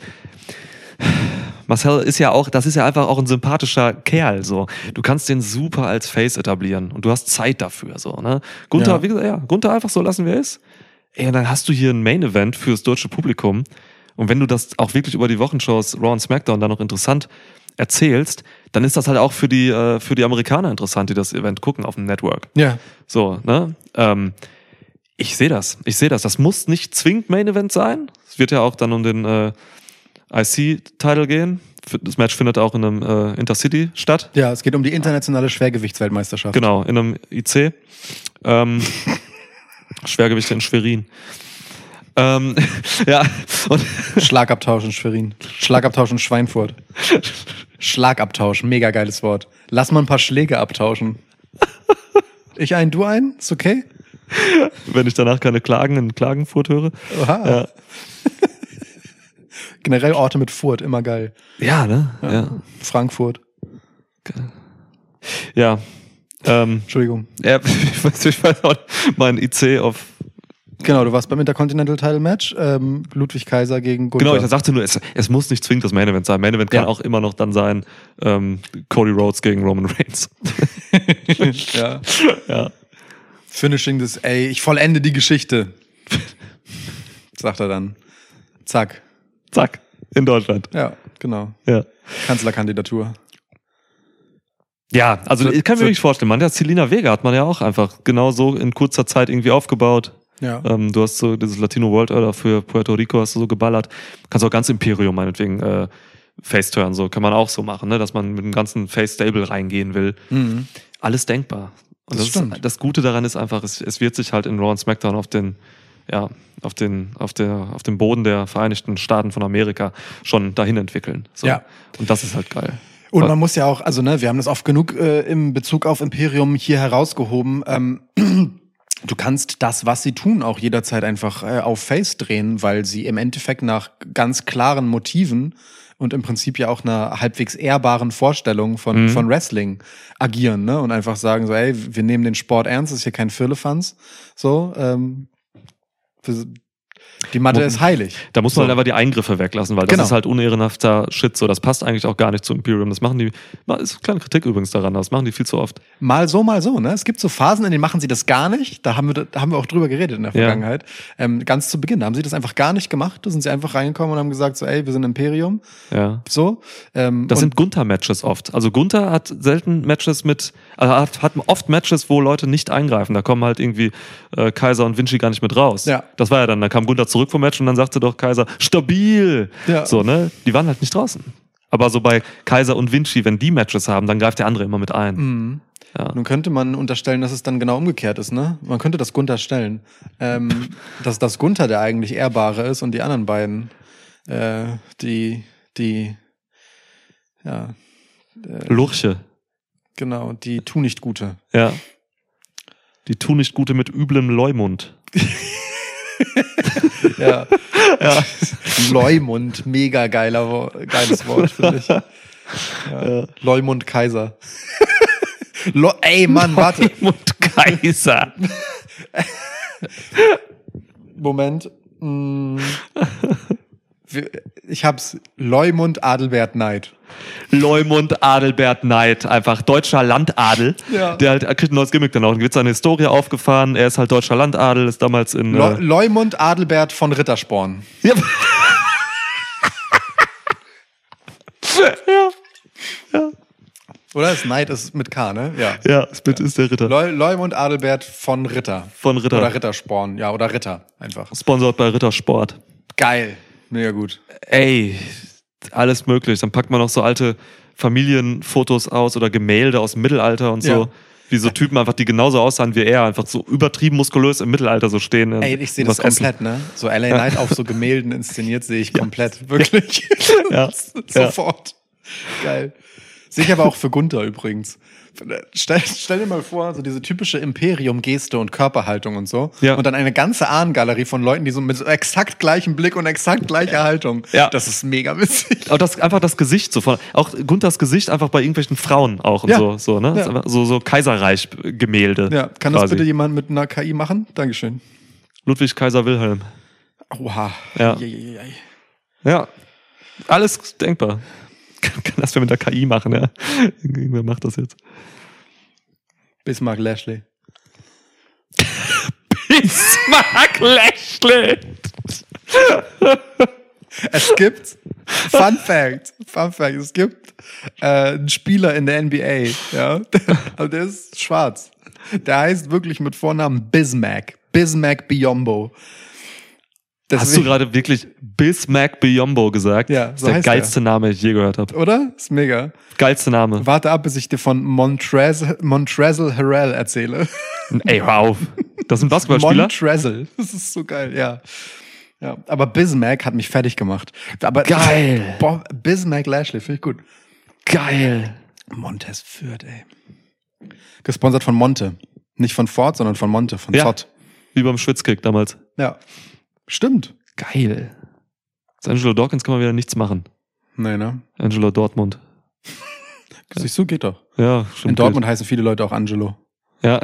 Marcel ist ja auch, das ist ja einfach auch ein sympathischer Kerl, so. Du kannst den super als Face etablieren und du hast Zeit dafür, so, ne? Gunther, Ja. wie gesagt, ja, Gunther einfach so lassen, wie er ist. Ey, und dann hast du hier ein Main-Event fürs deutsche Publikum. Und wenn du das auch wirklich über die Wochenshows Raw und SmackDown dann noch interessant erzählst, dann ist das halt auch für die, äh, für die Amerikaner interessant, die das Event gucken auf dem Network. Ja. So, ne? Ähm, ich sehe das. Ich sehe das. Das muss nicht zwingend Main Event sein. Es wird ja auch dann um den äh, I C-Title gehen. Das Match findet auch in einem äh, Intercity statt. Ja, es geht um die internationale Schwergewichtsweltmeisterschaft. Genau, in einem I C. Ähm, Schwergewichte in Schwerin. Ähm, ja, und Schlagabtausch in Schwerin. Schlagabtausch in Schweinfurt. Schlagabtausch, mega geiles Wort. Lass mal ein paar Schläge abtauschen. Ich ein, du ein? Ist okay? wenn ich danach keine Klagen in Klagenfurt höre. Oha. Ja, Generell Orte mit Furt, immer geil. ja ne? Ja. ja. Frankfurt. ja. Ähm, Entschuldigung. ja ich weiß, ich weiß auch, mein I C auf. Genau, du warst beim Intercontinental Title Match. Ähm, Ludwig Kaiser gegen Gunther. Genau, ich sagte nur, es, es muss nicht zwingend das Main Event sein. Main Event kann Ja. auch immer noch dann sein, ähm, Cody Rhodes gegen Roman Reigns. ja. ja. Finishing this, ey, ich vollende die Geschichte. Sagt er dann. Zack. Zack. In Deutschland. Ja, genau. Ja. Kanzlerkandidatur. Ja, also So- ich kann mir so- wirklich vorstellen, man, ja, Selina Vega hat man ja auch einfach genau so in kurzer Zeit irgendwie aufgebaut. Ja. Ähm, du hast so dieses Latino World Order für Puerto Rico hast du so geballert. Kannst auch ganz Imperium meinetwegen äh, Face-Turn, so kann man auch so machen, ne? Dass man mit dem ganzen Face-Stable reingehen will. Mhm. Alles denkbar. Und Das das, stimmt. ist, das Gute daran ist einfach, es, es wird sich halt in Raw und SmackDown auf den, ja, auf den, auf der, auf dem Boden der Vereinigten Staaten von Amerika schon dahin entwickeln. So. Ja. Und das ist halt geil. Und man muss ja auch, also ne, wir haben das oft genug äh, im Bezug auf Imperium hier herausgehoben. Ähm, du kannst das, was sie tun, auch jederzeit einfach äh, auf Face drehen, weil sie im Endeffekt nach ganz klaren Motiven und im Prinzip ja auch einer halbwegs ehrbaren Vorstellung von, Mhm. von Wrestling agieren, ne? Und einfach sagen so, ey, wir nehmen den Sport ernst, das ist hier kein Firlefanz. So, ähm, wir- die Matte Mo- ist heilig. Da muss man So. aber die Eingriffe weglassen, weil das Genau. ist halt unehrenhafter Shit. So, das passt eigentlich auch gar nicht zu Imperium. Das machen die, das ist eine kleine Kritik übrigens daran, das machen die viel zu oft. Mal so, mal so, ne? Es gibt so Phasen, in denen machen sie das gar nicht. Da haben wir, da haben wir auch drüber geredet in der Ja. Vergangenheit. Ähm, ganz zu Beginn, da haben sie das einfach gar nicht gemacht. Da sind sie einfach reingekommen und haben gesagt so, ey, wir sind Imperium. Ja. So. Ähm, Das und sind Gunther-Matches oft. Also Gunther hat selten Matches mit, also hat, hat oft Matches, wo Leute nicht eingreifen. Da kommen halt irgendwie äh, Kaiser und Vinci gar nicht mit raus. Ja. Das war ja dann, da kam Gunther zurück vom Match und dann sagte doch Kaiser, stabil. Ja. So, ne? Die waren halt nicht draußen. Aber so bei Kaiser und Vinci, wenn die Matches haben, dann greift der andere immer mit ein. Mhm. Ja. Nun könnte man unterstellen, dass es dann genau umgekehrt ist, ne? Man könnte das Gunther stellen. Ähm, dass das Gunther der eigentlich Ehrbare ist und die anderen beiden, äh, die, die, ja, Lurche. genau, die tu nicht Gute. Ja. Die tun nicht Gute mit üblem Leumund. Ja. ja. Leumund, mega geiler, Wo- geiles Wort, finde ich. Ja. Ja. Leumund Kaiser. Le Ey, Mann, warte. Leumund Kaiser. Moment. Mm. Ich hab's. Leumund Adelbert Neid. Leumund Adelbert Neid, einfach deutscher Landadel. Ja. Der halt, er kriegt ein neues Gimmick dann auch. Dann wird seine Historie aufgefahren. Er ist halt deutscher Landadel, ist damals in... Le- Äh, Leumund Adelbert von Rittersporn. ja. ja. Ja. Oder ist Neid ist mit K, ne? Ja. Ja, Spit ist der Ritter. Le- Leumund Adelbert von Ritter. Von Ritter. Oder Rittersporn. Ja, oder Ritter einfach. Sponsored bei Rittersport. Geil. Mega gut. Ey, alles möglich. Dann packt man noch so alte Familienfotos aus oder Gemälde aus dem Mittelalter und so. Ja. Wie so Typen einfach, die genauso aussahen wie er, einfach so übertrieben muskulös im Mittelalter so stehen. Ey, ich sehe das Was essen. komplett, ne? So L A Knight auf so Gemälden inszeniert sehe ich komplett. Wirklich. Ja. Sofort. Geil. Sehe ich aber auch für Gunther übrigens. Stell, stell dir mal vor, so diese typische Imperium-Geste und Körperhaltung und so. Ja. Und dann eine ganze Ahnengalerie von Leuten, die so mit so exakt gleichem Blick und exakt gleicher Haltung. Ja. Das ist mega witzig. Auch das, einfach das Gesicht so von, auch Gunthers Gesicht einfach bei irgendwelchen Frauen auch und Ja. so, so, ne? Ja. Das ist einfach so, so Kaiserreich-Gemälde. Ja, kann das quasi. bitte jemand mit einer K I machen? Dankeschön. Ludwig Kaiser Wilhelm. Oha. Ja. Eieiei. Ja. Alles denkbar. Kann, kann das wir mit der K I machen, ja. Irgendwer macht das jetzt. Bismarck Lashley. Bismarck Lashley! Es gibt, Fun Fact, Fun Fact, es gibt äh, einen Spieler in der N B A, ja, aber der ist schwarz. Der heißt wirklich mit Vornamen Bismack. Bismack Biombo. Hast Deswegen- du gerade wirklich Bismack Biombo gesagt? Ja, Das so ist der heißt geilste Name, den ich je gehört habe. Oder? Ist mega. Geilste Name. Warte ab, bis ich dir von Montrez- Montrezl Harrell erzähle. Ey, hör auf. Das ist ein Basketballspieler? Montrezl. Das ist so geil, ja. Ja, aber Bismack hat mich fertig gemacht. Aber Geil. Boah, Bismack Lashley, finde ich gut. Geil. Montes Fürth, ey. Gesponsert von Monte. Nicht von Ford, sondern von Monte, von Ja. Zott. Wie beim Schwitzkick damals. Ja. Stimmt. Geil. Aus Angelo Dawkins kann man wieder nichts machen. Nee, ne? Angelo Dortmund. Siehst du, geht doch. Ja, stimmt. In Dortmund heißen viele Leute auch Angelo. Ja.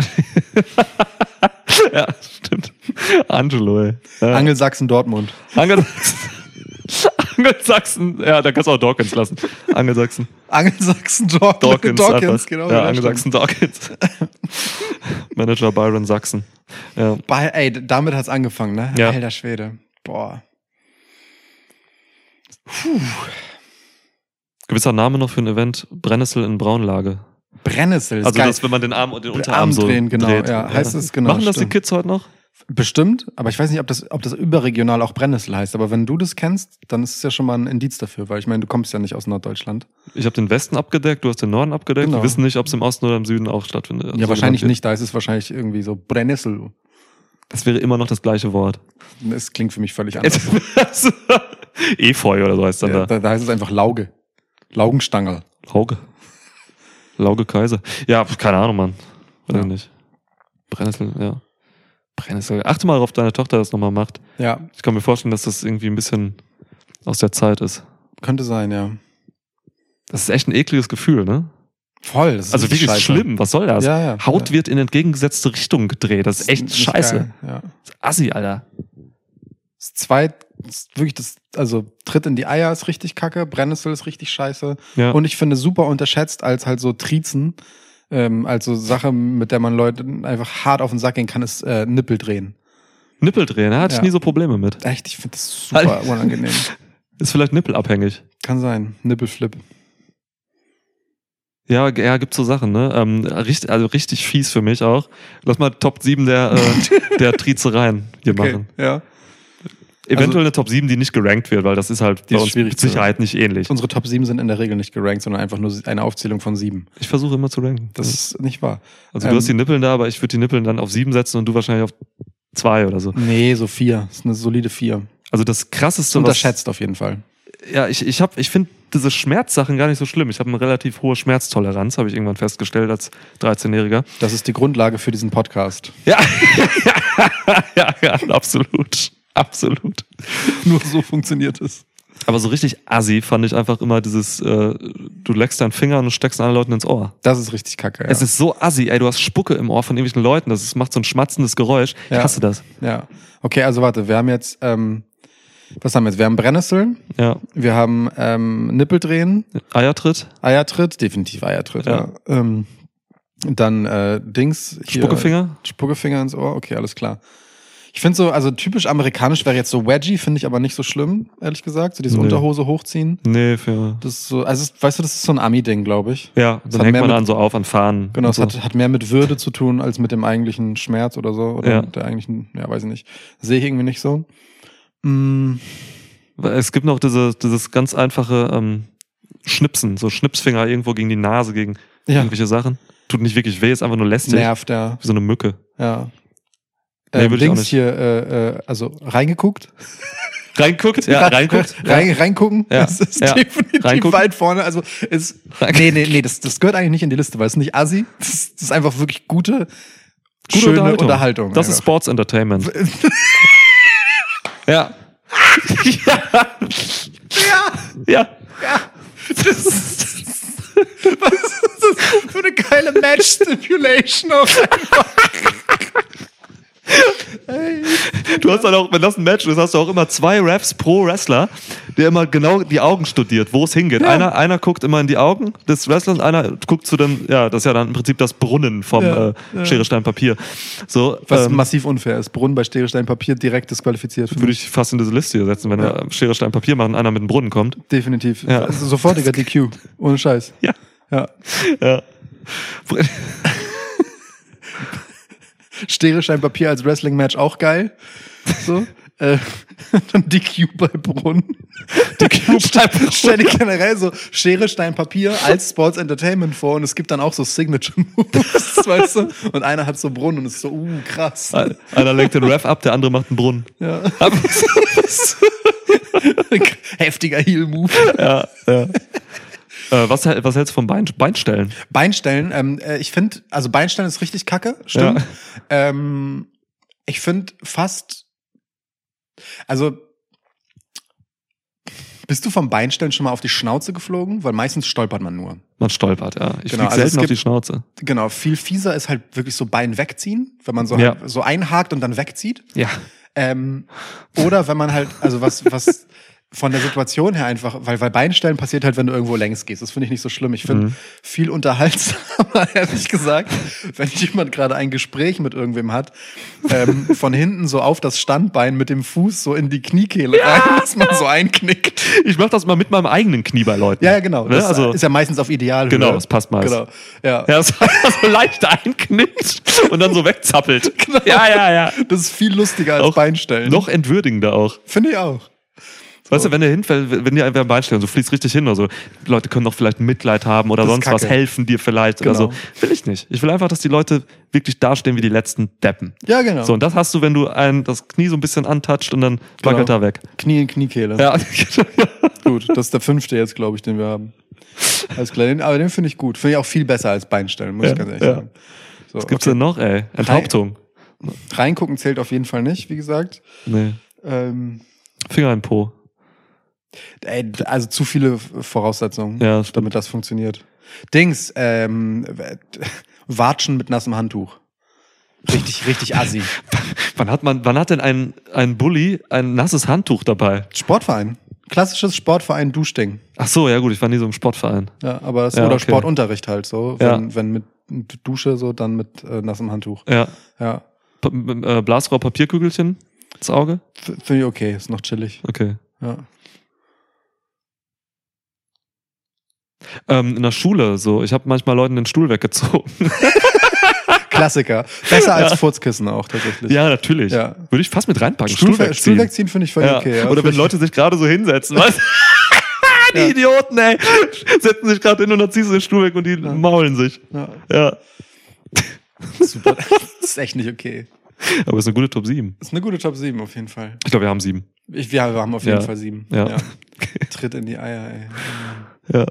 Ja, stimmt. Angelo, ey. Ja. Angelsachsen, Dortmund. Angelsachsen. Angelsachsen. Ja, da kannst du auch Dawkins lassen. Angelsachsen. Angelsachsen, Dortmund. Dawkins. Dawkins, einfach. genau. Ja, ja, Angelsachsen, Dawkins. Manager Byron Sachsen. Ja. stimmt. Bei, ey, damit hat's angefangen, ne? Ja. Alter Schwede. Boah. Gewisser Name noch für ein Event. Brennnessel in Braunlage. Brennnessel. Ist Also geil. das, wenn man den Arm und den Arm Unterarm so drehen, genau, dreht. ja. Heißt es, genau, Machen das stimmt. die Kids heute noch? Bestimmt, aber ich weiß nicht, ob das, ob das überregional auch Brennnessel heißt. Aber wenn du das kennst, dann ist es ja schon mal ein Indiz dafür, weil ich meine, du kommst ja nicht aus Norddeutschland. Ich habe den Westen abgedeckt, du hast den Norden abgedeckt. Genau. Wir wissen nicht, ob es im Osten oder im Süden auch stattfindet. Ja, Also wahrscheinlich genannt nicht. Da ist es wahrscheinlich irgendwie so Brennnessel. wird. Das wäre immer noch das gleiche Wort. Das klingt für mich völlig anders. Efeu oder so heißt dann Ja, da. da, da heißt es einfach Lauge. Laugenstangerl. Lauge. Lauge Kaiser. Ja, keine Ahnung, Mann. Weiß Ja. ich nicht. Brennnessel, ja. Brennnessel. Achte mal, auf deine Tochter das nochmal macht. Ja, Ich kann mir vorstellen, dass das irgendwie ein bisschen aus der Zeit ist. könnte sein, ja. Das ist echt ein ekliges Gefühl, ne? Voll. Das ist Also richtig wirklich scheiße. schlimm. Was soll das? Ja, ja. Haut Ja. wird in entgegengesetzte Richtung gedreht. Das ist echt nicht scheiße. geil, Ja. Das ist Assi, Alter. Das zweit, das ist wirklich das, also Tritt in die Eier ist richtig kacke, Brennnessel ist richtig scheiße. Ja. Und ich finde super unterschätzt als halt so Trizen, ähm, als so Sache, mit der man Leuten einfach hart auf den Sack gehen kann, ist äh, Nippel drehen. Nippel drehen, da hatte Ja. ich nie so Probleme mit. Echt, ich finde das super unangenehm. Ist vielleicht nippelabhängig. Kann sein. Nippelflip. Ja, ja, gibt so Sachen, ne? Ähm, richtig, also richtig fies für mich auch. Lass mal Top sieben der, äh, der Trizereien hier machen. Ja. Eventuell Also- eine Top sieben, die nicht gerankt wird, weil das ist halt Die bei ist uns schwierig mit zu- Sicherheit nicht ähnlich. Unsere Top sieben sind in der Regel nicht gerankt, sondern einfach nur eine Aufzählung von sieben. Ich versuche immer zu ranken. Das ist nicht wahr. also ähm, du hast die Nippeln da, aber ich würde die Nippeln dann auf sieben setzen und du wahrscheinlich auf zwei oder so. Nee, so vier. Das ist eine solide vier. Also das krasseste, Unterschätzt auf jeden Fall. was, ja, ich, ich hab, ich finde diese Schmerzsachen gar nicht so schlimm. Ich habe eine relativ hohe Schmerztoleranz, habe ich irgendwann festgestellt als dreizehnjähriger. Das ist die Grundlage für diesen Podcast. Ja, ja, ja, absolut. Absolut. Nur so funktioniert es. Aber so richtig assi fand ich einfach immer dieses, äh, du leckst deinen Finger und steckst anderen Leuten ins Ohr. Das ist richtig kacke, ja. Es ist so assi, ey, du hast Spucke im Ohr von irgendwelchen Leuten, das ist, macht so ein schmatzendes Geräusch. Ich Ja. hasse das. Ja. Okay, also warte, wir haben jetzt, ähm, Was haben wir jetzt? Wir haben Brennnessel, Ja. wir haben ähm, Nippeldrehen, Eiertritt, Eiertritt, definitiv Eiertritt, ja. Ja. Ähm, dann äh, Dings. Hier, Spuckefinger. Spuckefinger ins Ohr, okay, alles klar. Ich finde so, also typisch amerikanisch wäre jetzt so Wedgie, finde ich aber nicht so schlimm, ehrlich gesagt. So diese Nee. Unterhose hochziehen. Nee, für. Das ist so, also weißt du, das ist so ein Ami-Ding, glaube ich. Ja, Das dann hat hängt mehr man mit- dann so auf an Fahnen. Genau, und es so. hat, hat mehr mit Würde zu tun, als mit dem eigentlichen Schmerz oder so. Oder Ja. mit der eigentlichen, ja, weiß ich nicht. Sehe ich irgendwie nicht so. Mm, Es gibt noch diese, dieses ganz einfache ähm, Schnipsen, so Schnipsfinger irgendwo gegen die Nase, gegen ja, irgendwelche Sachen. Tut nicht wirklich weh, ist einfach nur lästig. nervt, ja. Wie so eine Mücke. ja. Nee, Ähm, würde ich auch Dings nicht. hier, äh, äh, also reingeguckt. Reinguckt? Ja, reinguckt. Rein, reingucken. Ja. Das ist Ja. definitiv Reingucken. weit vorne. Also ist, nee, nee, nee, das, das gehört eigentlich nicht in die Liste, weil es ist nicht assi. Das ist, das ist einfach wirklich gute, Gute schöne Unterhaltung. Unterhaltung. Das ist einfach. Sports Entertainment. ja. Ja, Ja. das ist, was ist das für eine geile Match-Stipulation auf einmal. Ey. Du hast dann auch, wenn das ein Match ist, hast du auch immer zwei Refs pro Wrestler, der immer genau die Augen studiert, wo es hingeht. Ja. Einer, einer guckt immer in die Augen des Wrestlers, einer guckt zu dem, ja, das ist ja dann im Prinzip das Brunnen vom Ja, äh, ja. Schere, Stein, Papier. So, Was ähm, massiv unfair ist. Brunnen bei Steherstein Papier direkt disqualifiziert. Für würde mich. ich fast in diese Liste hier setzen, wenn Ja. wir Schere, Stein, Papier machen, einer mit dem Brunnen kommt. Definitiv. Ja. Also sofortiger D Q. Ohne Scheiß. Ja. Ja. Ja. Steherstein Papier als Wrestling-Match auch geil. So. Äh, dann D Q bei Brunnen. D Q bei Brunnen. Stell dir generell so Schere, Stein, Papier als Sports Entertainment vor und es gibt dann auch so Signature Moves, weißt du? Und einer hat so Brunnen und ist so, uh, krass. Einer lenkt den Ref ab, der andere macht einen Brunnen. Ja. Heftiger Heel-Move. Ja, ja. Äh, was, hält- was hältst du vom Bein, Beinstellen? Beinstellen, ähm, äh, ich finde, also Beinstellen ist richtig kacke, stimmt. Ja. Ähm, ich finde fast, also bist du vom Beinstellen schon mal auf die Schnauze geflogen? Weil meistens stolpert man nur. Man stolpert, ja. Ich Genau, flieg also es selten auf gibt- die Schnauze. Genau, viel fieser ist halt wirklich so Bein wegziehen, wenn man so, Ja. halt so einhakt und dann wegzieht. Ja. Ähm, oder wenn man halt, also was, was von der Situation her einfach, weil, weil Beinstellen passiert halt, wenn du irgendwo längs gehst. Das finde ich nicht so schlimm. Ich finde Mhm. viel unterhaltsamer, ehrlich gesagt, wenn jemand gerade ein Gespräch mit irgendwem hat, ähm, von hinten so auf das Standbein mit dem Fuß so in die Kniekehle rein, dass man so einknickt. Ich mach das mal mit meinem eigenen Knie bei Leuten. Ja, ja, genau. Ne? Das Also, ist ja meistens auf Ideal. genau, das passt meist. Genau. Ja. Ja, so, so leicht einknickt und dann so wegzappelt. Genau. Ja, ja, ja. Das ist viel lustiger als Auch Beinstellen. Noch entwürdigender auch. Finde ich auch. Weißt du, wenn der hinfällt, wenn die einfach ein Bein stellen, so fließt richtig hin oder so. Die Leute können doch vielleicht Mitleid haben oder Das ist sonst was, Kacke. helfen dir vielleicht oder Genau. so. Will ich nicht. Ich will einfach, dass die Leute wirklich dastehen wie die letzten Deppen. Ja, genau. So, und das hast du, wenn du ein, das Knie so ein bisschen antatscht und dann wackelt Genau. er weg. Knie in Kniekehle. Ja. Gut, das ist der fünfte jetzt, glaube ich, den wir haben. Alles klar, den, aber den finde ich gut. Finde ich auch viel besser als Beinstellen, muss Ja, ich ganz ehrlich ja. sagen. So, Was gibt's okay. denn noch, ey? Enthauptung. Reingucken zählt auf jeden Fall nicht, wie gesagt. Nee. Ähm, Finger in den Po. ey, also zu viele Voraussetzungen, Ja, das stimmt. damit das funktioniert. Dings, ähm, Watschen mit nassem Handtuch. Richtig, richtig assi. Wann hat man, wann hat denn ein, ein Bully ein nasses Handtuch dabei? Sportverein. Klassisches Sportverein Duschding. Ach so, ja gut, ich war nie so im Sportverein. Ja, aber es Ja, oder okay. Sportunterricht halt so. Ja. Wenn, wenn mit Dusche so, dann mit äh, nassem Handtuch. Ja. Ja. Pa äh, Blasrohr, Papierkügelchen ins Auge? F- Finde ich okay, ist noch chillig. Okay. Ja. Ähm, in der Schule so, ich habe manchmal Leuten den Stuhl weggezogen. Klassiker. Besser als Ja. Furzkissen auch tatsächlich. Ja, natürlich. Ja. Würde ich fast mit reinpacken. Stuhl, Stuhl, wegziehen. wegziehen finde ich völlig Ja. okay. Ja. Oder wenn Finde ich- Leute sich gerade so hinsetzen, weißt du? Die Ja. Idioten, ey. Setzen sich gerade hin und dann ziehst du den Stuhl weg und die maulen sich. Ja, Ja. super. Das ist echt nicht okay. Aber es ist eine gute Top sieben. Das ist eine gute Top sieben auf jeden Fall. Ich glaube, wir haben sieben. Ich, wir haben auf jeden Ja. Fall sieben. Ja. Tritt in die Eier, ey. Ja.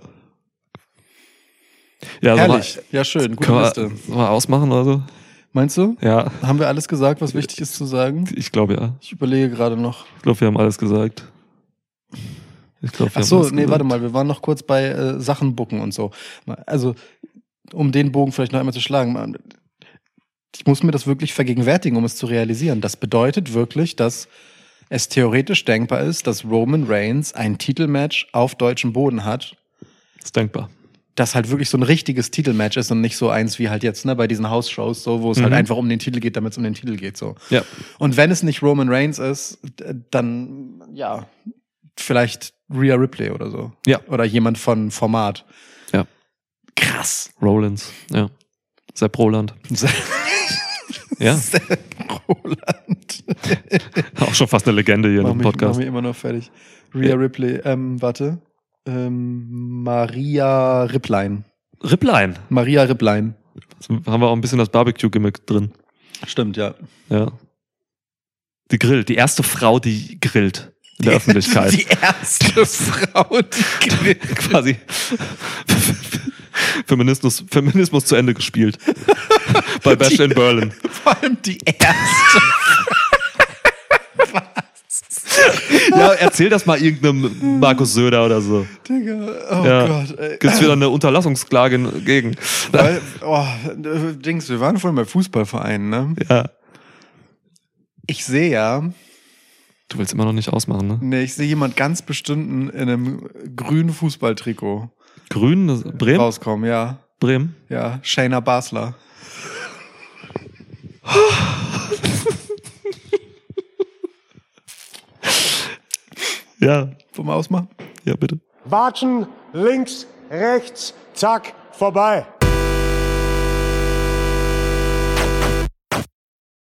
Ja, Herrlich. Ja, schön. Gute Können wir, Liste. sollen wir ausmachen oder so? Meinst du? Ja, Haben wir alles gesagt, was wichtig ist zu sagen? ich glaube ja. Ich überlege gerade noch. Ich glaube, wir haben alles gesagt. Ich glaube, wir Ach haben so, alles nee, gesagt. warte mal. Wir waren noch kurz bei äh, Sachen bucken und so. Also, um den Bogen vielleicht noch einmal zu schlagen. man- Ich muss mir das wirklich vergegenwärtigen, um es zu realisieren. Das bedeutet wirklich, dass es theoretisch denkbar ist, dass Roman Reigns ein Titelmatch auf deutschem Boden hat. Ist denkbar. Das halt wirklich so ein richtiges Titelmatch ist und nicht so eins wie halt jetzt, ne, bei diesen House-Shows, so, wo es Mhm. halt einfach um den Titel geht, damit es um den Titel geht, so. Ja. Und wenn es nicht Roman Reigns ist, dann, ja, vielleicht Rhea Ripley oder so. Ja. Oder jemand von Format. Ja. Krass. Rollins, ja. Sepp Roland. Ja. Sepp Roland. Auch schon fast eine Legende hier Mach im mich, Podcast. mach mich immer noch fertig. Rhea Ripley, ähm, warte. Ähm, Maria Ripplein. Ripplein. Maria Ripplein. Da haben wir auch ein bisschen das Barbecue-Gimmick drin. Stimmt, ja. Ja. Die grillt. Die erste Frau, die grillt in der Öffentlichkeit. Die erste Frau, die grillt. Quasi Feminismus, Feminismus zu Ende gespielt. Bei Bash in Berlin. Vor allem die erste. Ja, erzähl das mal irgendeinem Markus Söder oder so. Digga, oh Ja. Gott. Ey. Gibt's wieder eine Unterlassungsklage gegen. Weil, oh, Dings, wir waren vorhin bei Fußballvereinen, ne? Ja. Ich sehe ja, Du willst immer noch nicht ausmachen, ne? ne, ich sehe jemand ganz bestimmten in einem grünen Fußballtrikot Grün, das- Bremen? rauskommen, ja. Bremen? Ja, Shayna Basler. Ja. Wollen wir ausmachen? Ja, bitte. Watschen, links, rechts, zack, vorbei.